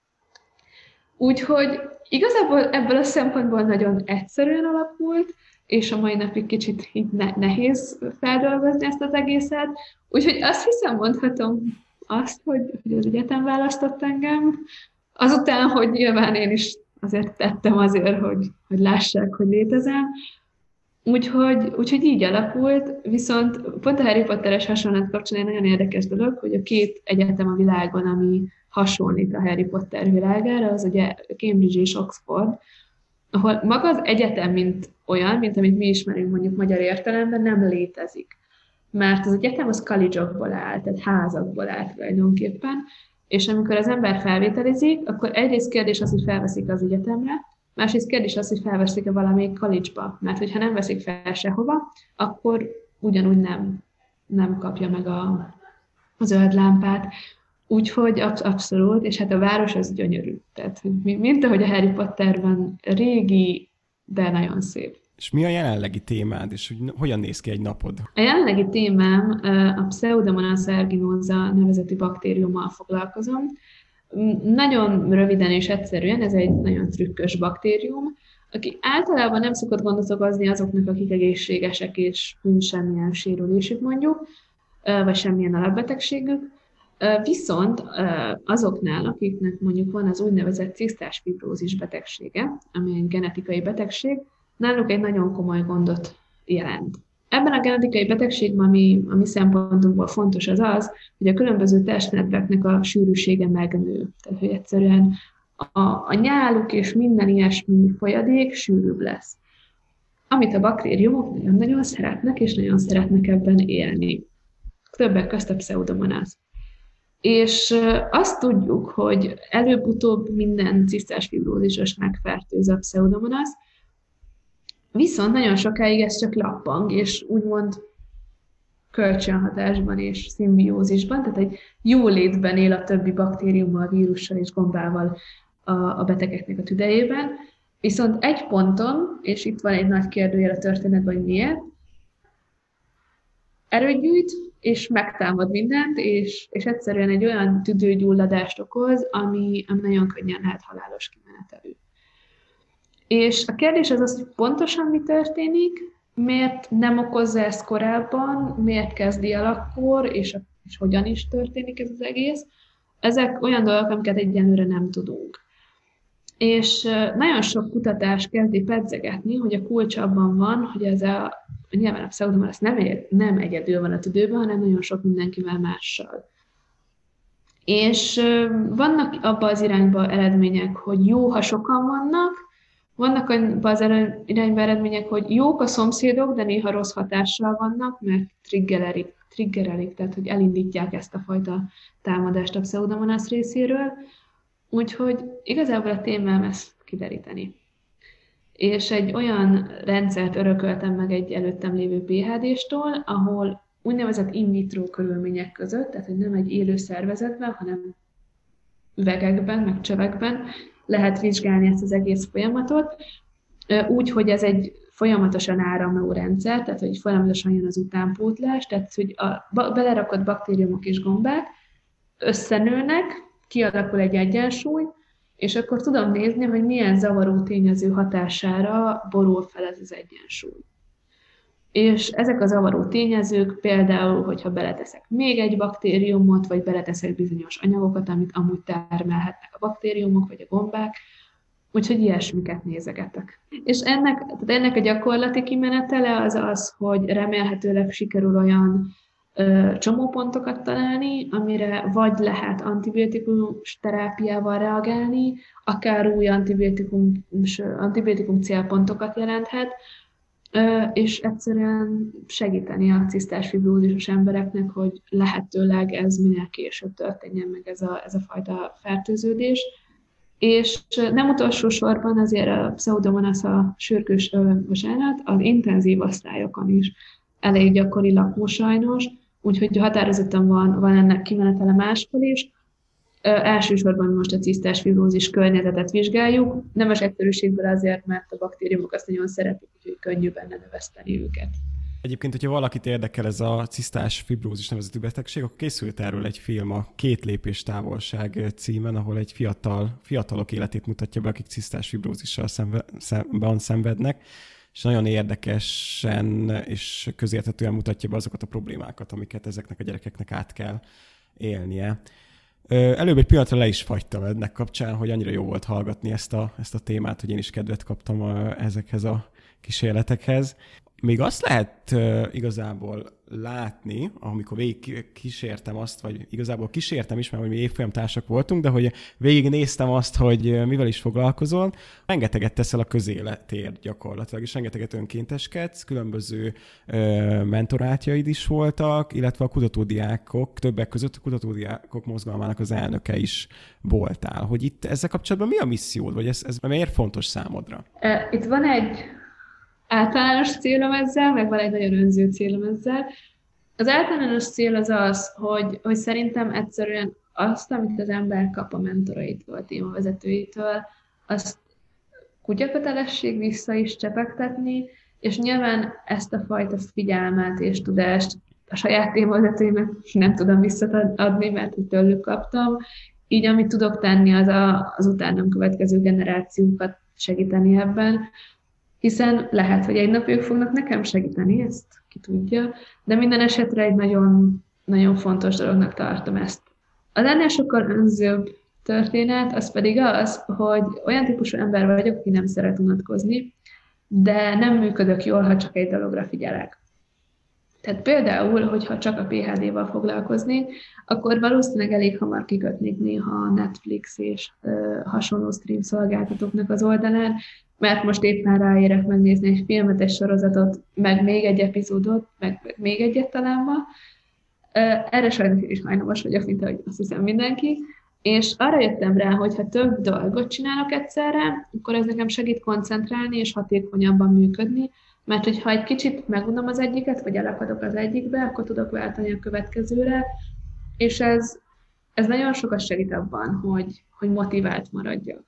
B: Úgyhogy igazából ebből a szempontból nagyon egyszerűen alakult, és a mai napig kicsit így ne- nehéz feldolgozni ezt az egészet. Úgyhogy azt hiszem, mondhatom azt, hogy, hogy az egyetem választott engem. Azután, hogy nyilván én is azért tettem azért, hogy, hogy lássák, hogy létezem. Úgyhogy, úgyhogy így alakult, viszont pont a Harry Potteres hasonlat kapcsán egy nagyon érdekes dolog, hogy a két egyetem a világon, ami hasonlít a Harry Potter világára, az ugye Cambridge és Oxford, ahol maga az egyetem, mint olyan, mint amit mi ismerünk mondjuk magyar értelemben, nem létezik. Mert az egyetem az college-okból áll, tehát házakból áll tulajdonképpen, és amikor az ember felvételizik, akkor egyrészt kérdés az, hogy felveszik az egyetemre, másrészt kérdés az, hogy felveszik-e valamelyik college-ba, mert hogyha nem veszik fel sehova, akkor ugyanúgy nem, nem kapja meg a, a zöld lámpát. Úgyhogy absz- abszolút, és hát a város az gyönyörű. Tehát, hogy mi- mint ahogy a Harry Potterben régi, de nagyon szép.
A: És mi a jelenlegi témád, és hogy hogyan néz ki egy napod?
B: A jelenlegi témám a Pseudomonas aeruginosa nevezetű baktériummal foglalkozom. Nagyon röviden és egyszerűen, ez egy nagyon trükkös baktérium, aki általában nem szokott gondot okozni azoknak, akik egészségesek és nincs semmilyen sérülésük mondjuk, vagy semmilyen alapbetegségük. Viszont azoknál, akiknek mondjuk van az úgynevezett cisztás fibrózis betegsége, ami egy genetikai betegség, náluk egy nagyon komoly gondot jelent. Ebben a genetikai betegségben, ami a mi szempontunkból fontos, az az, hogy a különböző testnedveknek a sűrűsége megnő. Tehát, hogy egyszerűen a, a nyáluk és minden ilyesmi folyadék sűrűbb lesz. Amit a baktériumok nagyon-nagyon szeretnek, és nagyon szeretnek ebben élni. Többek közt a Pseudomonas. És azt tudjuk, hogy előbb-utóbb minden cisztás fibrózisos megfertőz a Pseudomonas, viszont nagyon sokáig ez csak lappang, és úgymond kölcsönhatásban és szimbiózisban, tehát egy jó létben él a többi baktériummal, vírussal és gombával a, a betegeknek a tüdejében. Viszont egy ponton, és itt van egy nagy kérdőjel a történetben, hogy miért, erőt gyűjt, és megtámad mindent, és, és egyszerűen egy olyan tüdőgyulladást okoz, ami, ami nagyon könnyen lehet halálos kimenetelő. És a kérdés az az, hogy pontosan mi történik, miért nem okozza ezt korábban, miért kezdi el akkor, és, és hogyan is történik ez az egész. Ezek olyan dolgok, amiket egyenlőre nem tudunk. És nagyon sok kutatás kezdi pedzegetni, hogy a kulcs abban van, hogy ez a, nyilván a Pseudomonas nem, nem egyedül van a tüdőben, hanem nagyon sok mindenkivel mással. És vannak abban az irányba eredmények, hogy jó, ha sokan vannak, vannak abban az irányba eredmények, hogy jók a szomszédok, de néha rossz hatással vannak, mert triggerelik, triggerelik, tehát hogy elindítják ezt a fajta támadást a Pseudomonas részéről. Úgyhogy igazából a témám ezt kideríteni. És egy olyan rendszert örököltem meg egy előttem lévő pé há dé-stól, ahol úgynevezett in vitro körülmények között, tehát hogy nem egy élő szervezetben, hanem üvegekben, meg csövekben lehet vizsgálni ezt az egész folyamatot, úgy, hogy ez egy folyamatosan áramló rendszer, tehát hogy folyamatosan jön az utánpótlás, tehát hogy a belerakott baktériumok és gombák összenőnek, kialakul egy egyensúly, és akkor tudom nézni, hogy milyen zavaró tényező hatására borul fel ez az egyensúly. És ezek a zavaró tényezők például, hogyha beleteszek még egy baktériumot, vagy beleteszek bizonyos anyagokat, amit amúgy termelhetnek a baktériumok, vagy a gombák, úgyhogy ilyesmiket nézegetek. És ennek, tehát ennek a gyakorlati kimenetele az az, hogy remélhetőleg sikerül olyan ö, csomópontokat találni, amire vagy lehet antibiotikus terápiával reagálni, akár új antibiotikum, antibiotikum célpontokat jelenthet, és egyszerűen segíteni a cisztás fibrózisos embereknek, hogy lehetőleg ez minél később történjen meg ez a, ez a fajta fertőződés. És nem utolsó sorban azért a Pseudomonas a sürgős, bocsánat, az intenzív osztályokon is elég gyakori lakó sajnos, úgyhogy határozottan van, van ennek kimenetele máshol is. Elsősorban most a cisztás fibrózis környezetet vizsgáljuk, nemes egyszerűségből azért, mert a baktériumok azt nagyon szeretik, úgyhogy könnyű benne növeszteni őket.
A: Egyébként, hogyha valakit érdekel ez a cisztás fibrózis nevezetű betegség, akkor készült erről egy film, a Két lépés távolság címen, ahol egy fiatal, fiatalok életét mutatja be, akik cisztás fibrózissal szembe, szemben szenvednek, és nagyon érdekesen és közérthetően mutatja be azokat a problémákat, amiket ezeknek a gyerekeknek át kell élnie. Előbb egy pillanatra le is fagytam ennek kapcsán, hogy annyira jó volt hallgatni ezt a, ezt a témát, hogy én is kedvet kaptam a, ezekhez a kísérletekhez. még azt lehet uh, igazából látni, amikor végig kísértem azt, vagy igazából kísértem is, mert mi évfolyamtársak voltunk, de hogy végignéztem azt, hogy mivel is foglalkozol, rengeteget teszel a közéletért gyakorlatilag, és rengeteget önkénteskedsz, különböző uh, mentorátjaid is voltak, illetve a kutatódiákok, többek között a kutatódiákok mozgalmának az elnöke is voltál. Hogy itt ezzel kapcsolatban mi a missziód, vagy ez, ez miért fontos számodra?
B: Itt van egy általános célom ezzel, meg van egy nagyon önző célom ezzel. Az általános cél az az, hogy, hogy szerintem egyszerűen azt, amit az ember kap a mentoraitól, a témavezetőitől, azt kutyakötelesség vissza is csepegtetni, és nyilván ezt a fajta figyelmet és tudást a saját témavezetőimet nem tudom visszaadni, mert tőlük kaptam. Így amit tudok tenni, az a, az utánam következő generációkat segíteni ebben, hiszen lehet, hogy egy nap ők fognak nekem segíteni, ezt ki tudja, de minden esetre egy nagyon, nagyon fontos dolognak tartom ezt. Az ennél sokkal önzőbb történet, az pedig az, hogy olyan típusú ember vagyok, aki nem szeret unatkozni, de nem működök jól, ha csak egy dologra figyelek. Tehát például, hogyha csak a pé há dé-val foglalkoznék, akkor valószínűleg elég hamar kikötnék néha a Netflix és ö, hasonló stream szolgáltatóknak az oldalán, mert most éppen ráérek megnézni egy filmet, egy sorozatot, meg még egy epizódot, meg, meg még egyet talán ma. Erre sajnos is hajlamos vagyok, mint ahogy azt hiszem mindenki. És arra jöttem rá, hogy ha több dolgot csinálok egyszerre, akkor ez nekem segít koncentrálni és hatékonyabban működni, mert hogyha egy kicsit megunom az egyiket, vagy elakadok az egyikbe, akkor tudok váltani a következőre, és ez, ez nagyon sokat segít abban, hogy, hogy motivált maradjak.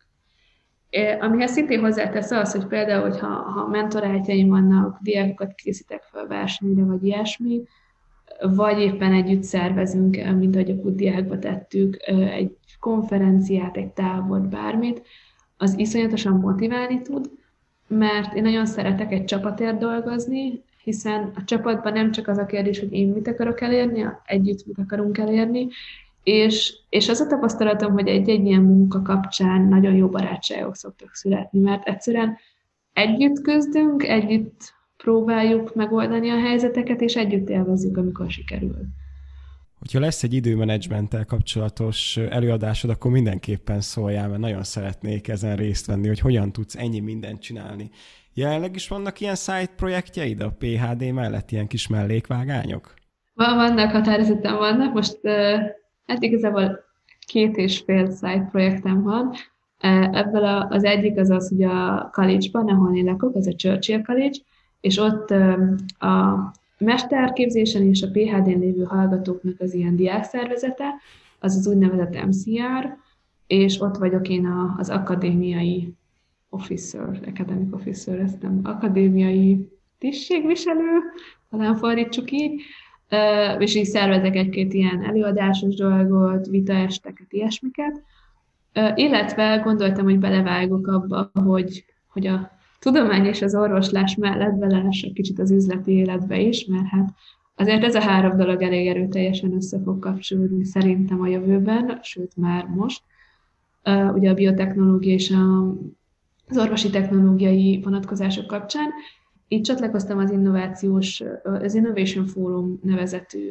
B: Amihez szintén hozzátesz az, hogy például, hogyha, ha mentorátjaim vannak, diákokat készítek fel versenyre, vagy ilyesmi, vagy éppen együtt szervezünk, mint ahogy a kutdiákba tettük, egy konferenciát, egy tábort, bármit, az iszonyatosan motiválni tud, mert én nagyon szeretek egy csapatért dolgozni, hiszen a csapatban nem csak az a kérdés, hogy én mit akarok elérni, együtt mit akarunk elérni, és, és az a tapasztalatom, hogy egy-egy ilyen munka kapcsán nagyon jó barátságok szoktak születni, mert egyszerűen együtt küzdünk, együtt próbáljuk megoldani a helyzeteket, és együtt élvezzük, amikor sikerül.
A: Hogyha lesz egy időmenedzsmenttel kapcsolatos előadásod, akkor mindenképpen szóljál, mert nagyon szeretnék ezen részt venni, hogy hogyan tudsz ennyi mindent csinálni. Jelenleg is vannak ilyen side projektjeid a pé há dé mellett, ilyen kis mellékvágányok?
B: Van, vannak, határozottan vannak. Most uh, hát igazából két és fél side projektem van. Uh, ebből a, az egyik az az, hogy a college-ban, ahol én lakok, az a Churchill College, és ott uh, a mesterképzésen és a pé há dén lévő hallgatóknak az ilyen diákszervezete, az az úgynevezett em cé er, és ott vagyok én a, az akadémiai officer, academic officer, ezt nem, akadémiai tisztségviselő, talán fordítsuk így, és így szervezek egy-két ilyen előadásos dolgot, vitaesteket, ilyesmiket, illetve gondoltam, hogy belevágok abba, hogy, hogy a tudomány és az orvoslás mellett belelássak kicsit az üzleti életbe is, mert hát azért ez a három dolog elég erőteljesen össze fog kapcsolódni szerintem a jövőben, sőt már most. Ugye a biotechnológia és a, az orvosi technológiai vonatkozások kapcsán. Így csatlakoztam az innovációs, az Innovation Forum nevezetű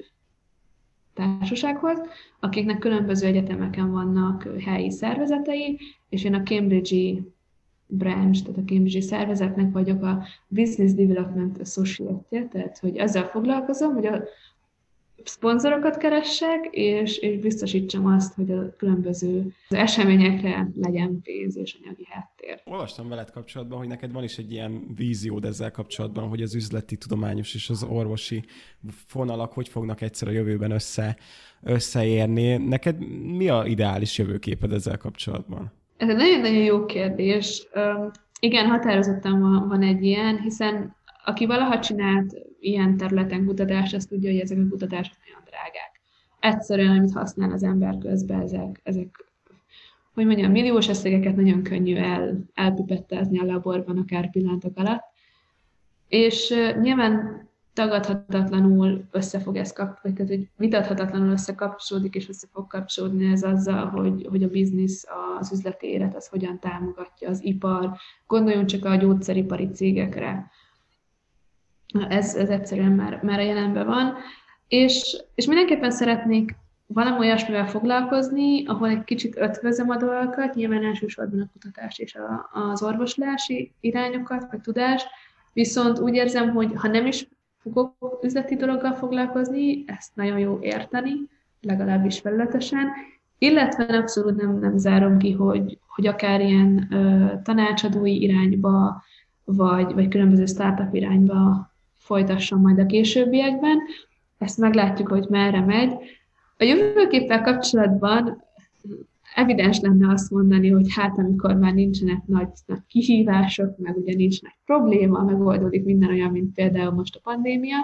B: társasághoz, akiknek különböző egyetemeken vannak helyi szervezetei, és én a Cambridge-i branch, tehát a Cambridge-i szervezetnek vagyok a Business Development Associate-je, tehát hogy azzal foglalkozom, hogy a szponzorokat keressek, és, és biztosítsam azt, hogy a különböző eseményekre legyen pénz és anyagi háttér.
A: Olvastam veled kapcsolatban, hogy neked van is egy ilyen víziód ezzel kapcsolatban, hogy az üzleti, tudományos és az orvosi fonalak hogy fognak egyszer a jövőben össze, összeérni. Neked mi a ideális jövőképed ezzel kapcsolatban?
B: Ez egy nagyon-nagyon jó kérdés. Igen, határozottan van, van egy ilyen, hiszen aki valaha csinált ilyen területen kutatást, azt tudja, hogy ezek a kutatások nagyon drágák. Egyszerűen, amit használ az ember közben, ezek, ezek hogy mondjam, milliós összegeket nagyon könnyű el, elpipettázni a laborban, akár pillanatok alatt. És uh, nyilván tagadhatatlanul össze fog ez kapcsolódni, tehát hogy vitathatatlanul összekapcsolódik, és össze fog kapcsolódni ez azzal, hogy, hogy a biznisz, az üzleti élet, az hogyan támogatja az ipar. Gondoljunk csak a gyógyszeripari cégekre. Ez, ez egyszerűen már, már a jelenben van. És, és mindenképpen szeretnék valami olyasmivel foglalkozni, ahol egy kicsit ötvözöm a dolgokat, nyilván elsősorban a kutatás és a, az orvoslási irányokat, vagy tudást, viszont úgy érzem, hogy ha nem is fogok üzleti dologgal foglalkozni, ezt nagyon jó érteni, legalábbis felületesen, illetve abszolút nem, nem zárom ki, hogy, hogy akár ilyen ö, tanácsadói irányba, vagy, vagy különböző startup irányba folytassam majd a későbbiekben. Ezt meglátjuk, hogy merre megy. A jövőképpel kapcsolatban evidens lenne azt mondani, hogy hát amikor már nincsenek nagy, nagy kihívások, meg ugye nincs nagy probléma, megoldódik minden olyan, mint például most a pandémia,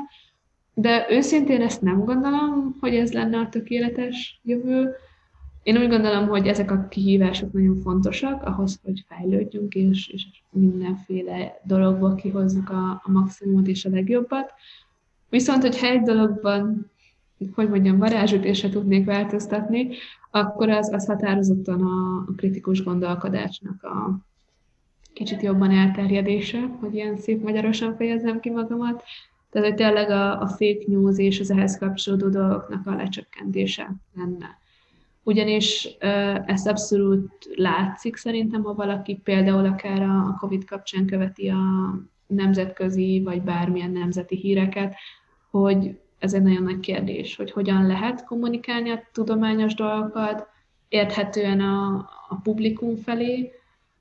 B: de őszintén ezt nem gondolom, hogy ez lenne a tökéletes jövő. Én úgy gondolom, hogy ezek a kihívások nagyon fontosak ahhoz, hogy fejlődjünk, és, és mindenféle dologból kihozzuk a, a maximumot és a legjobbat. Viszont, hogyha egy dologban, hogy mondjam, varázsütésre tudnék változtatni, akkor az, az határozottan a, a kritikus gondolkodásnak a kicsit jobban elterjedése, hogy ilyen szép magyarosan fejezzem ki magamat. Tehát, hogy tényleg a, a fake news és az ehhez kapcsolódó dolgoknak a lecsökkentése lenne. Ugyanis ez abszolút látszik szerintem, ha valaki például akár a Covid kapcsán követi a nemzetközi vagy bármilyen nemzeti híreket, hogy ez egy nagyon nagy kérdés, hogy hogyan lehet kommunikálni a tudományos dolgokat érthetően a, a publikum felé,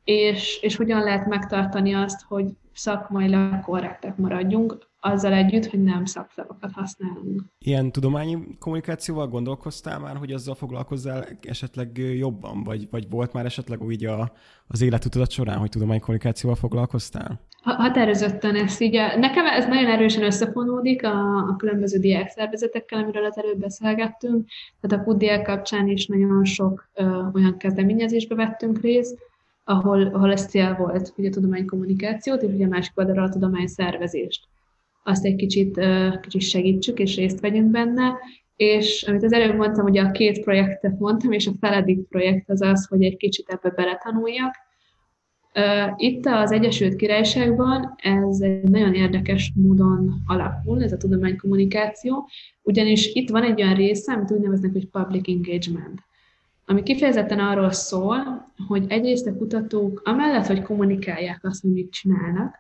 B: és, és hogyan lehet megtartani azt, hogy szakmailag korrektek maradjunk, azzal együtt, hogy nem szakszavakat használunk.
A: Ilyen tudományi kommunikációval gondolkoztál már, hogy azzal foglalkozzál esetleg jobban, vagy, vagy volt már esetleg úgy a, az életutadat során, hogy tudományi kommunikációval foglalkoztál?
B: Határozottan ez így. A, nekem ez nagyon erősen összefonódik a, a különböző diákszervezetekkel, amiről az előbb beszélgettünk. Tehát a PUDDIL kapcsán is nagyon sok ö, olyan kezdeményezésbe vettünk részt, ahol, ahol ez cél volt, hogy a tudománykommunikációt, és ugye a másik oldalról a tudományszervezést. Azt egy kicsit, kicsit segítsük, és részt vegyünk benne. És amit az előbb mondtam, ugye a két projektet mondtam, és a feledik projekt az az, hogy egy kicsit ebbe beletanuljak. Itt az Egyesült Királyságban ez egy nagyon érdekes módon alakul, ez a tudománykommunikáció, ugyanis itt van egy olyan része, amit úgy neveznek, hogy public engagement, ami kifejezetten arról szól, hogy egyrészt a kutatók amellett, hogy kommunikálják azt, hogy mit csinálnak,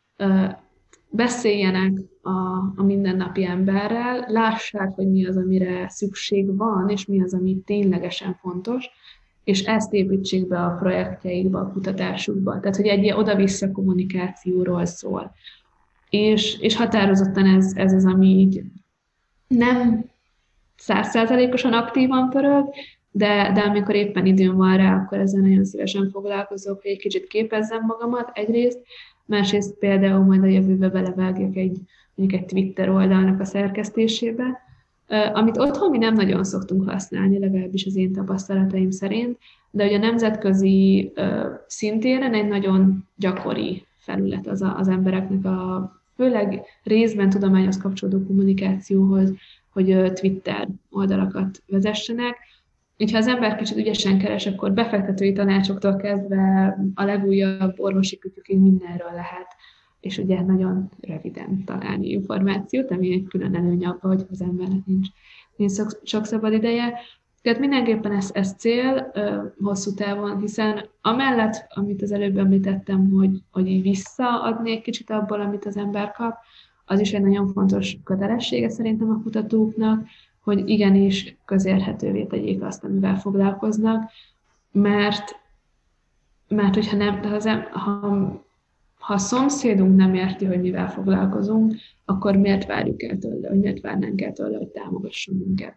B: beszéljenek a, a mindennapi emberrel, lássák, hogy mi az, amire szükség van, és mi az, ami ténylegesen fontos, és ezt építsék be a projektjeikbe, a kutatásukba. Tehát, hogy egy ilyen oda-vissza kommunikációról szól. És, és határozottan ez, ez az, ami így nem százszázalékosan aktívan pörög, de, de amikor éppen időm van rá, akkor ezzel nagyon szívesen foglalkozok, hogy egy kicsit képezzem magamat egyrészt, másrészt például majd a jövőbe belevágjak egy, mondjuk egy Twitter oldalnak a szerkesztésébe, amit otthon mi nem nagyon szoktunk használni, legalábbis az én tapasztalataim szerint, de ugye a nemzetközi szintéren egy nagyon gyakori felület az a, az embereknek a főleg részben tudományhoz kapcsolódó kommunikációhoz, hogy Twitter oldalakat vezessenek. És ha az ember kicsit ügyesen keres, akkor befektetői tanácsoktól kezdve a legújabb orvosi kütyükig mindenről lehet, és ugye nagyon röviden találni információt, ami egy külön előny abban, hogy az embernek nincs, nincs sok szabad ideje. Tehát mindenképpen ez, ez cél hosszú távon, hiszen amellett, amit az előbb említettem, hogy, hogy visszaadni egy kicsit abból, amit az ember kap, az is egy nagyon fontos kötelessége szerintem a kutatóknak, hogy igenis közérthetővé tegyék azt, amivel foglalkoznak, mert, mert hogyha nem, az, ha, ha a szomszédunk nem érti, hogy mivel foglalkozunk, akkor miért várjuk el tőle, hogy miért várnánk el tőle, hogy támogasson minket.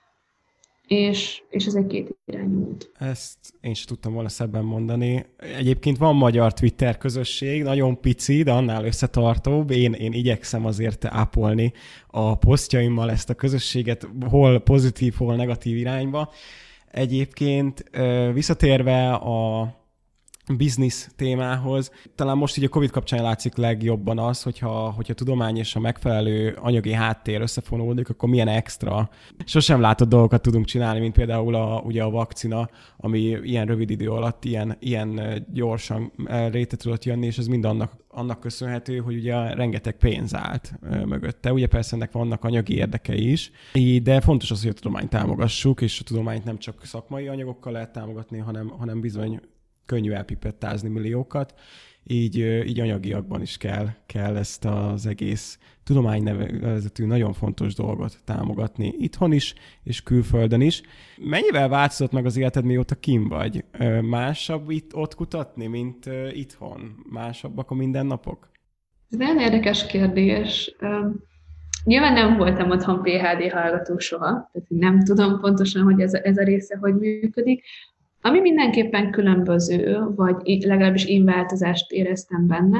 B: És, és ez egy két irányú út.
A: Ezt én sem tudtam volna szebben mondani. Egyébként van magyar Twitter közösség, nagyon pici, de annál összetartóbb. Én, én igyekszem azért ápolni a posztjaimmal ezt a közösséget, hol pozitív, hol negatív irányba. Egyébként visszatérve a, biznisz témához. Talán most így a Covid kapcsán látszik legjobban az, hogyha, hogyha a tudomány és a megfelelő anyagi háttér összefonódik, akkor milyen extra, sosem látott dolgokat tudunk csinálni, mint például a, ugye a vakcina, ami ilyen rövid idő alatt ilyen, ilyen gyorsan létre tudott jönni, és ez mind annak, annak köszönhető, hogy ugye rengeteg pénz állt mögötte. Ugye persze ennek vannak anyagi érdekei is, de fontos az, hogy a tudományt támogassuk, és a tudományt nem csak szakmai anyagokkal lehet támogatni, hanem, hanem bizony könnyű elpipettázni milliókat, így, így anyagiakban is kell, kell ezt az egész tudománynevezetű nagyon fontos dolgot támogatni itthon is, és külföldön is. Mennyivel változott meg az életed, mióta kim vagy? Másabb itt ott kutatni, mint itthon? Másabbak a mindennapok?
B: Ez nagyon érdekes kérdés. Nyilván nem voltam otthon pé há dé hallgató soha, tehát nem tudom pontosan, hogy ez a, ez a része hogy működik. Ami mindenképpen különböző, vagy legalábbis én változást éreztem benne,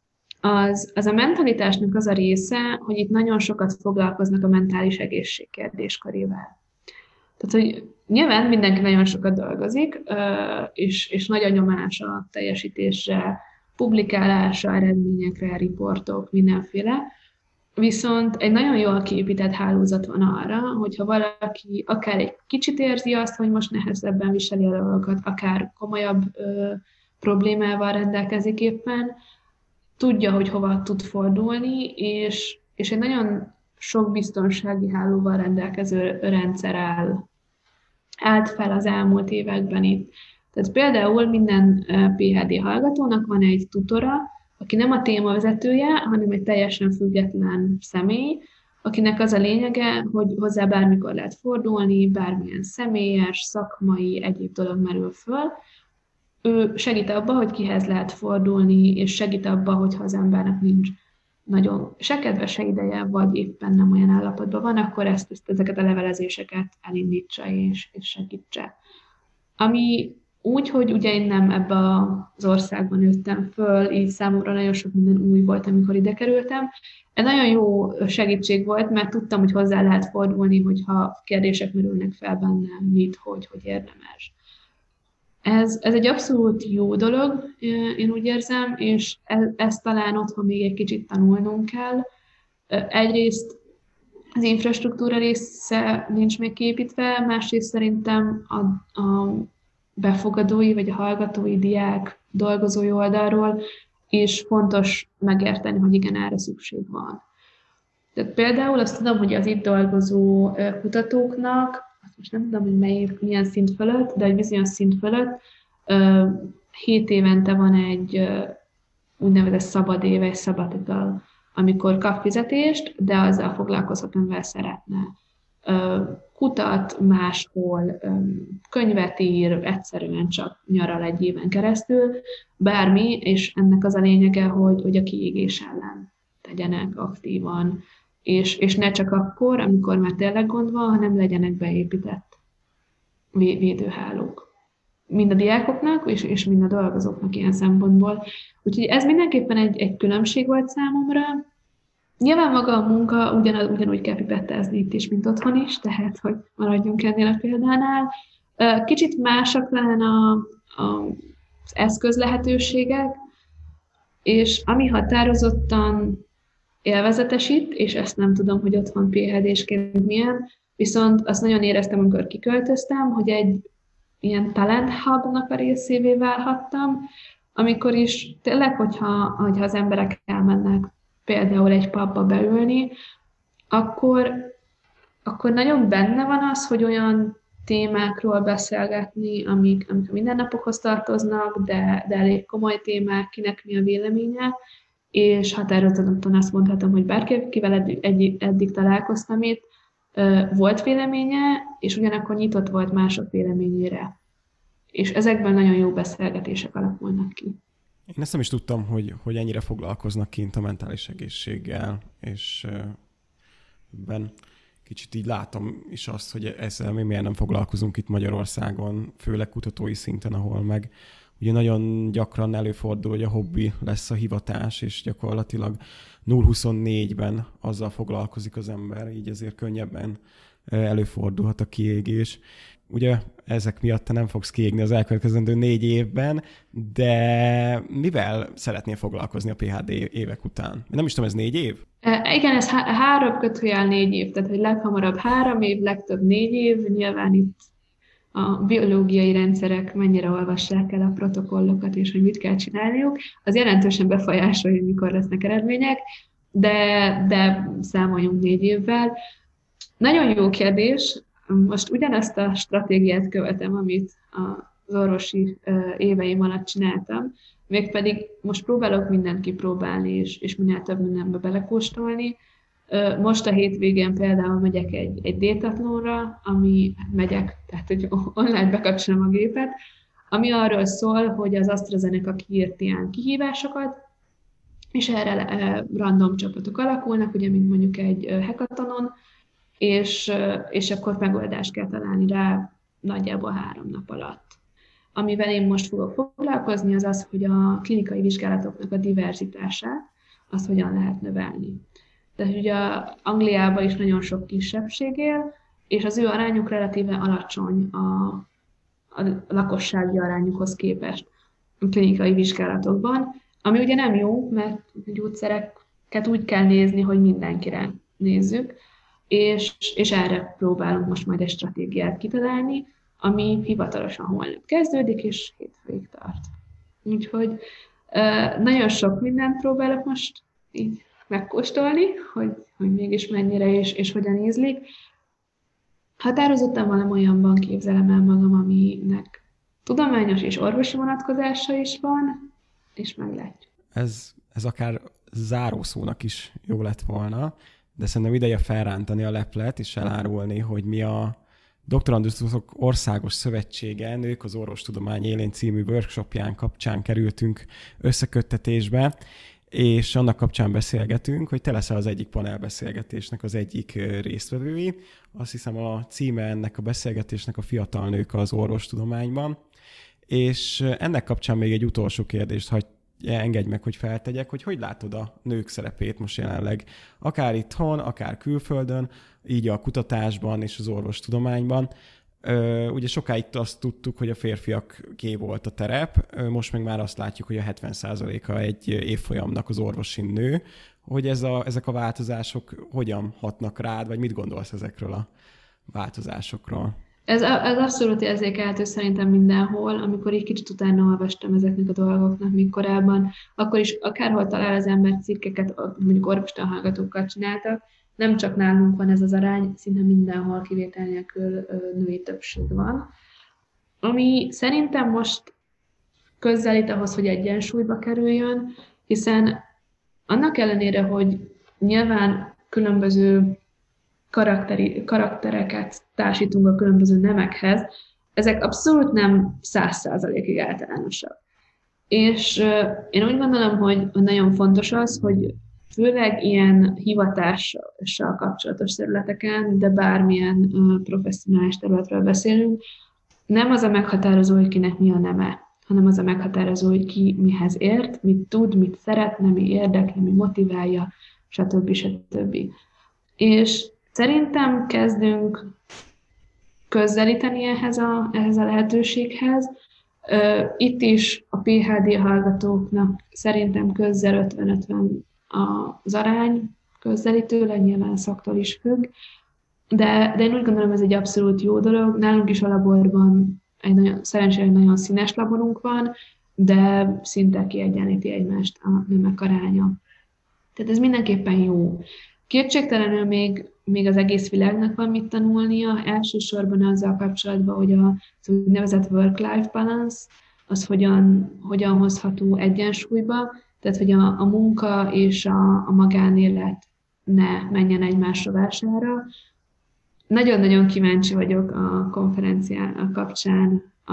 B: az, az a mentalitásnak az a része, hogy itt nagyon sokat foglalkoznak a mentális egészség kérdéskörével. Tehát, hogy nyilván mindenki nagyon sokat dolgozik, és, és nagy a nyomás a teljesítésre, publikálásra, eredményekre, riportok, mindenféle. Viszont egy nagyon jól kiépített hálózat van arra, hogyha valaki akár egy kicsit érzi azt, hogy most nehezebben viseli a dolgokat, akár komolyabb ö, problémával rendelkezik éppen, tudja, hogy hova tud fordulni, és, és egy nagyon sok biztonsági hálóval rendelkező rendszer áll, állt fel az elmúlt években itt. Tehát például minden pé há dé hallgatónak van egy tutora, aki nem a témavezetője, hanem egy teljesen független személy, akinek az a lényege, hogy hozzá bármikor lehet fordulni, bármilyen személyes, szakmai, egyéb dolog merül föl. Ő segít abba, hogy kihez lehet fordulni, és segít abba, hogyha az embernek nincs nagyon se kedve, se ideje, vagy éppen nem olyan állapotban van, akkor ezt, ezt ezeket a levelezéseket elindítsa és, és segítse. Ami úgy, hogy ugye én nem ebbe az országban nőttem föl, így számomra nagyon sok minden új volt, amikor ide kerültem. Ez nagyon jó segítség volt, mert tudtam, hogy hozzá lehet fordulni, hogyha kérdések merülnek fel bennem, mit, hogy, hogy érdemes. Ez, ez egy abszolút jó dolog, én úgy érzem, és ez, ezt talán otthon még egy kicsit tanulnunk kell. Egyrészt az infrastruktúra része nincs még kiépítve, másrészt szerintem a, a befogadói vagy a hallgatói, diák, dolgozói oldalról és fontos megérteni, hogy igen, erre szükség van. Tehát például azt tudom, hogy az itt dolgozó kutatóknak, most nem tudom, hogy melyik, milyen szint fölött, de egy bizonyos szint fölött hét évente van egy úgynevezett szabad év, egy sabbatical, amikor kap fizetést, de azzal foglalkozhat, amivel szeretne. Kutat máshol, könyvet ír, egyszerűen csak nyaral egy éven keresztül, bármi, és ennek az a lényege, hogy, hogy a kiégés ellen tegyenek aktívan, és, és ne csak akkor, amikor már tényleg gond van, hanem legyenek beépített védőhálók. Mind a diákoknak, és, és mind a dolgozóknak ilyen szempontból. Úgyhogy ez mindenképpen egy, egy különbség volt számomra. Nyilván maga a munka ugyanaz, ugyanúgy kell pipettázni itt is, mint otthon is, tehát, hogy maradjunk ennél a példánál. Kicsit másak lenne a, a, az eszköz lehetőségek, és ami határozottan élvezetes itt, és ezt nem tudom, hogy otthon pé há désként milyen, viszont azt nagyon éreztem, amikor kiköltöztem, hogy egy ilyen talent hubnak a részévé válhattam, amikor is tényleg, hogyha, hogyha az emberek elmennek például egy pubba beülni, akkor, akkor nagyon benne van az, hogy olyan témákról beszélgetni, amik, amik a mindennapokhoz tartoznak, de, de elég komoly témák, kinek mi a véleménye, és határozottan azt mondhatom, hogy bárkivel eddig, eddig, eddig találkoztam itt, volt véleménye, és ugyanakkor nyitott volt mások véleményére. És ezekben nagyon jó beszélgetések alakulnak ki.
A: Én ezt nem is tudtam, hogy, hogy ennyire foglalkoznak kint a mentális egészséggel, és ben kicsit így látom is azt, hogy ezzel mi miért nem foglalkozunk itt Magyarországon, főleg kutatói szinten, ahol meg ugye nagyon gyakran előfordul, hogy a hobbi lesz a hivatás, és gyakorlatilag nulla huszonnégyben azzal foglalkozik az ember, így ezért könnyebben előfordulhat a kiégés. Ugye ezek miatt te nem fogsz kiégni az elkövetkezendő négy évben, de mivel szeretnél foglalkozni a pé há dé évek után? Nem is tudom, ez négy év?
B: E, igen, ez há- három kötőjel négy év, tehát hogy leghamarabb három év, legtöbb négy év, nyilván itt a biológiai rendszerek mennyire olvassák el a protokollokat, és hogy mit kell csinálniuk, az jelentősen befolyásolja, mikor lesznek eredmények, de, de számoljunk négy évvel. Nagyon jó kérdés. Most ugyanezt a stratégiát követem, amit az orvosi éveim alatt csináltam, mégpedig most próbálok mindent kipróbálni, és, és minél több mindenbe belekóstolni. Most a hétvégén például megyek egy, egy détatlonra, ami megyek, tehát hogy online bekapcsolom a gépet, ami arról szól, hogy az AstraZeneca kiírt ilyen kihívásokat, és erre random csapatok alakulnak, ugye, mint mondjuk egy hackathonon, és, és akkor megoldást kell találni rá nagyjából három nap alatt. Amivel én most fogok foglalkozni, az az, hogy a klinikai vizsgálatoknak a diverzitását, azt hogyan lehet növelni. Tehát ugye Angliában is nagyon sok kisebbség él, és az ő arányuk relatíve alacsony a, a lakossági arányukhoz képest a klinikai vizsgálatokban, ami ugye nem jó, mert a gyógyszereket úgy kell nézni, hogy mindenkire nézzük, és, és erre próbálunk most majd egy stratégiát kitalálni, ami hivatalosan holnap kezdődik, és hétfőig tart. Úgyhogy nagyon sok mindent próbálok most így megkóstolni, hogy, hogy mégis mennyire és, és hogyan ízlik. Határozottan valami olyanban képzelem el magam, aminek tudományos és orvosi vonatkozása is van, és meglátjuk.
A: Ez, ez akár zárószónak is jó lett volna, de szerintem ideje felrántani a leplet és elárulni, hogy mi a Doktoranduszok Országos Szövetsége Nők az Orvostudomány élén című workshopján kapcsán kerültünk összeköttetésbe, és annak kapcsán beszélgetünk, hogy te leszel az egyik panelbeszélgetésnek az egyik résztvevői. Azt hiszem a címe ennek a beszélgetésnek a Fiatal nők az orvostudományban. És ennek kapcsán még egy utolsó kérdést hagy, engedj meg, hogy feltegyek, hogy hogy látod a nők szerepét most jelenleg, akár itthon, akár külföldön, így a kutatásban és az orvostudományban. Ugye sokáig azt tudtuk, hogy a férfiaké volt a terep, most meg már azt látjuk, hogy a hetven százaléka egy évfolyamnak az orvosin nő. Hogy ez a, ezek a változások hogyan hatnak rád, vagy mit gondolsz ezekről a változásokról?
B: Ez, ez abszolút érzékelhető szerintem mindenhol, amikor egy kicsit utána olvastam ezeknek a dolgoknak még korábban, akkor is akárhol talál az ember cikkeket, mondjuk orvostanhallgatókkal csináltak, nem csak nálunk van ez az arány, szinte mindenhol kivétel nélkül női többség van. Ami szerintem most közelít ahhoz, hogy egyensúlyba kerüljön, hiszen annak ellenére, hogy nyilván különböző karakteri, karaktereket társítunk a különböző nemekhez, ezek abszolút nem száz százalékig általánosak. És én úgy gondolom, hogy nagyon fontos az, hogy főleg ilyen hivatással kapcsolatos területeken, de bármilyen uh, professzionális területről beszélünk, nem az a meghatározó, hogy kinek mi a neme, hanem az a meghatározó, hogy ki mihez ért, mit tud, mit szeretne, mi érdekli, mi motiválja, stb. stb. És szerintem kezdünk közelíteni ehhez a, ehhez a lehetőséghez. Uh, itt is a pé há dé hallgatóknak szerintem közel ötven-ötven az arány közelítőleg, nyilván szaktól is függ, de, de én úgy gondolom, ez egy abszolút jó dolog. Nálunk is a laborban egy nagyon, szerencsére egy nagyon színes laborunk van, de szinte kiegyenlíti egymást a nemek aránya. Tehát ez mindenképpen jó. Kétségtelenül még, még az egész világnak van mit tanulnia, elsősorban azzal kapcsolatban, hogy az úgynevezett work-life balance, az hogyan, hogyan hozható egyensúlyba, tehát hogy a, a munka és a, a magánélet ne menjen egymás rovására. Nagyon-nagyon kíváncsi vagyok a konferencián kapcsán a,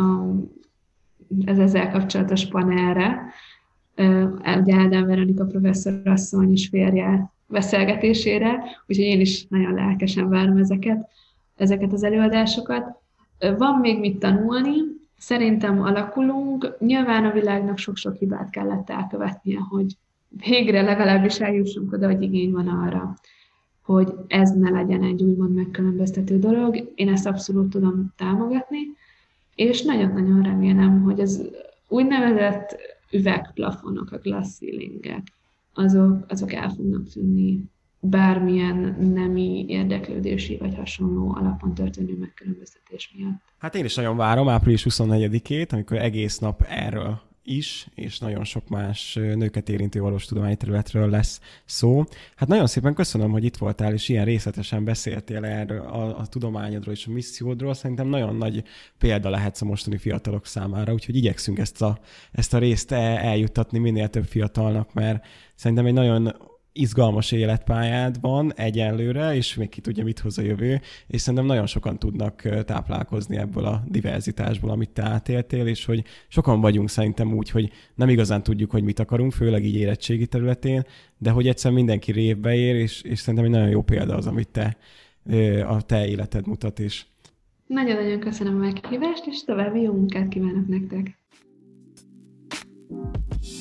B: ez ezzel kapcsolatos panelre. Ugye Ádám Veronika professzorasszony és férje beszélgetésére, úgyhogy én is nagyon lelkesen várom ezeket, ezeket az előadásokat. Van még mit tanulni, szerintem alakulunk. Nyilván a világnak sok-sok hibát kellett elkövetnie, hogy végre legalábbis eljussunk oda, hogy igény van arra, hogy ez ne legyen egy úgymond megkülönböztető dolog. Én ezt abszolút tudom támogatni, és nagyon-nagyon remélem, hogy az úgynevezett üvegplafonok, a glass ceilingek, azok, azok el fognak tűnni bármilyen nemi érdeklődési vagy hasonló alapon történő megkülönböztetés miatt.
A: Hát én is nagyon várom április huszonnegyedikét, amikor egész nap erről is, és nagyon sok más nőket érintő orvostudományi területről lesz szó. Hát nagyon szépen köszönöm, hogy itt voltál, és ilyen részletesen beszéltél erről a, a tudományodról és a missziódról. Szerintem nagyon nagy példa lehetsz a mostani fiatalok számára, úgyhogy igyekszünk ezt a, ezt a részt eljuttatni minél több fiatalnak, mert szerintem egy nagyon izgalmas életpályád van egyenlőre, és még ki tudja, mit hoz a jövő, és szerintem nagyon sokan tudnak táplálkozni ebből a diverzitásból, amit te átéltél, és hogy sokan vagyunk szerintem úgy, hogy nem igazán tudjuk, hogy mit akarunk, főleg így érettségi területén, de hogy egyszer mindenki révbe ér, és, és szerintem egy nagyon jó példa az, amit te, a te életed mutat is.
B: Nagyon-nagyon köszönöm a meghívást, és további jó munkát kívánok nektek!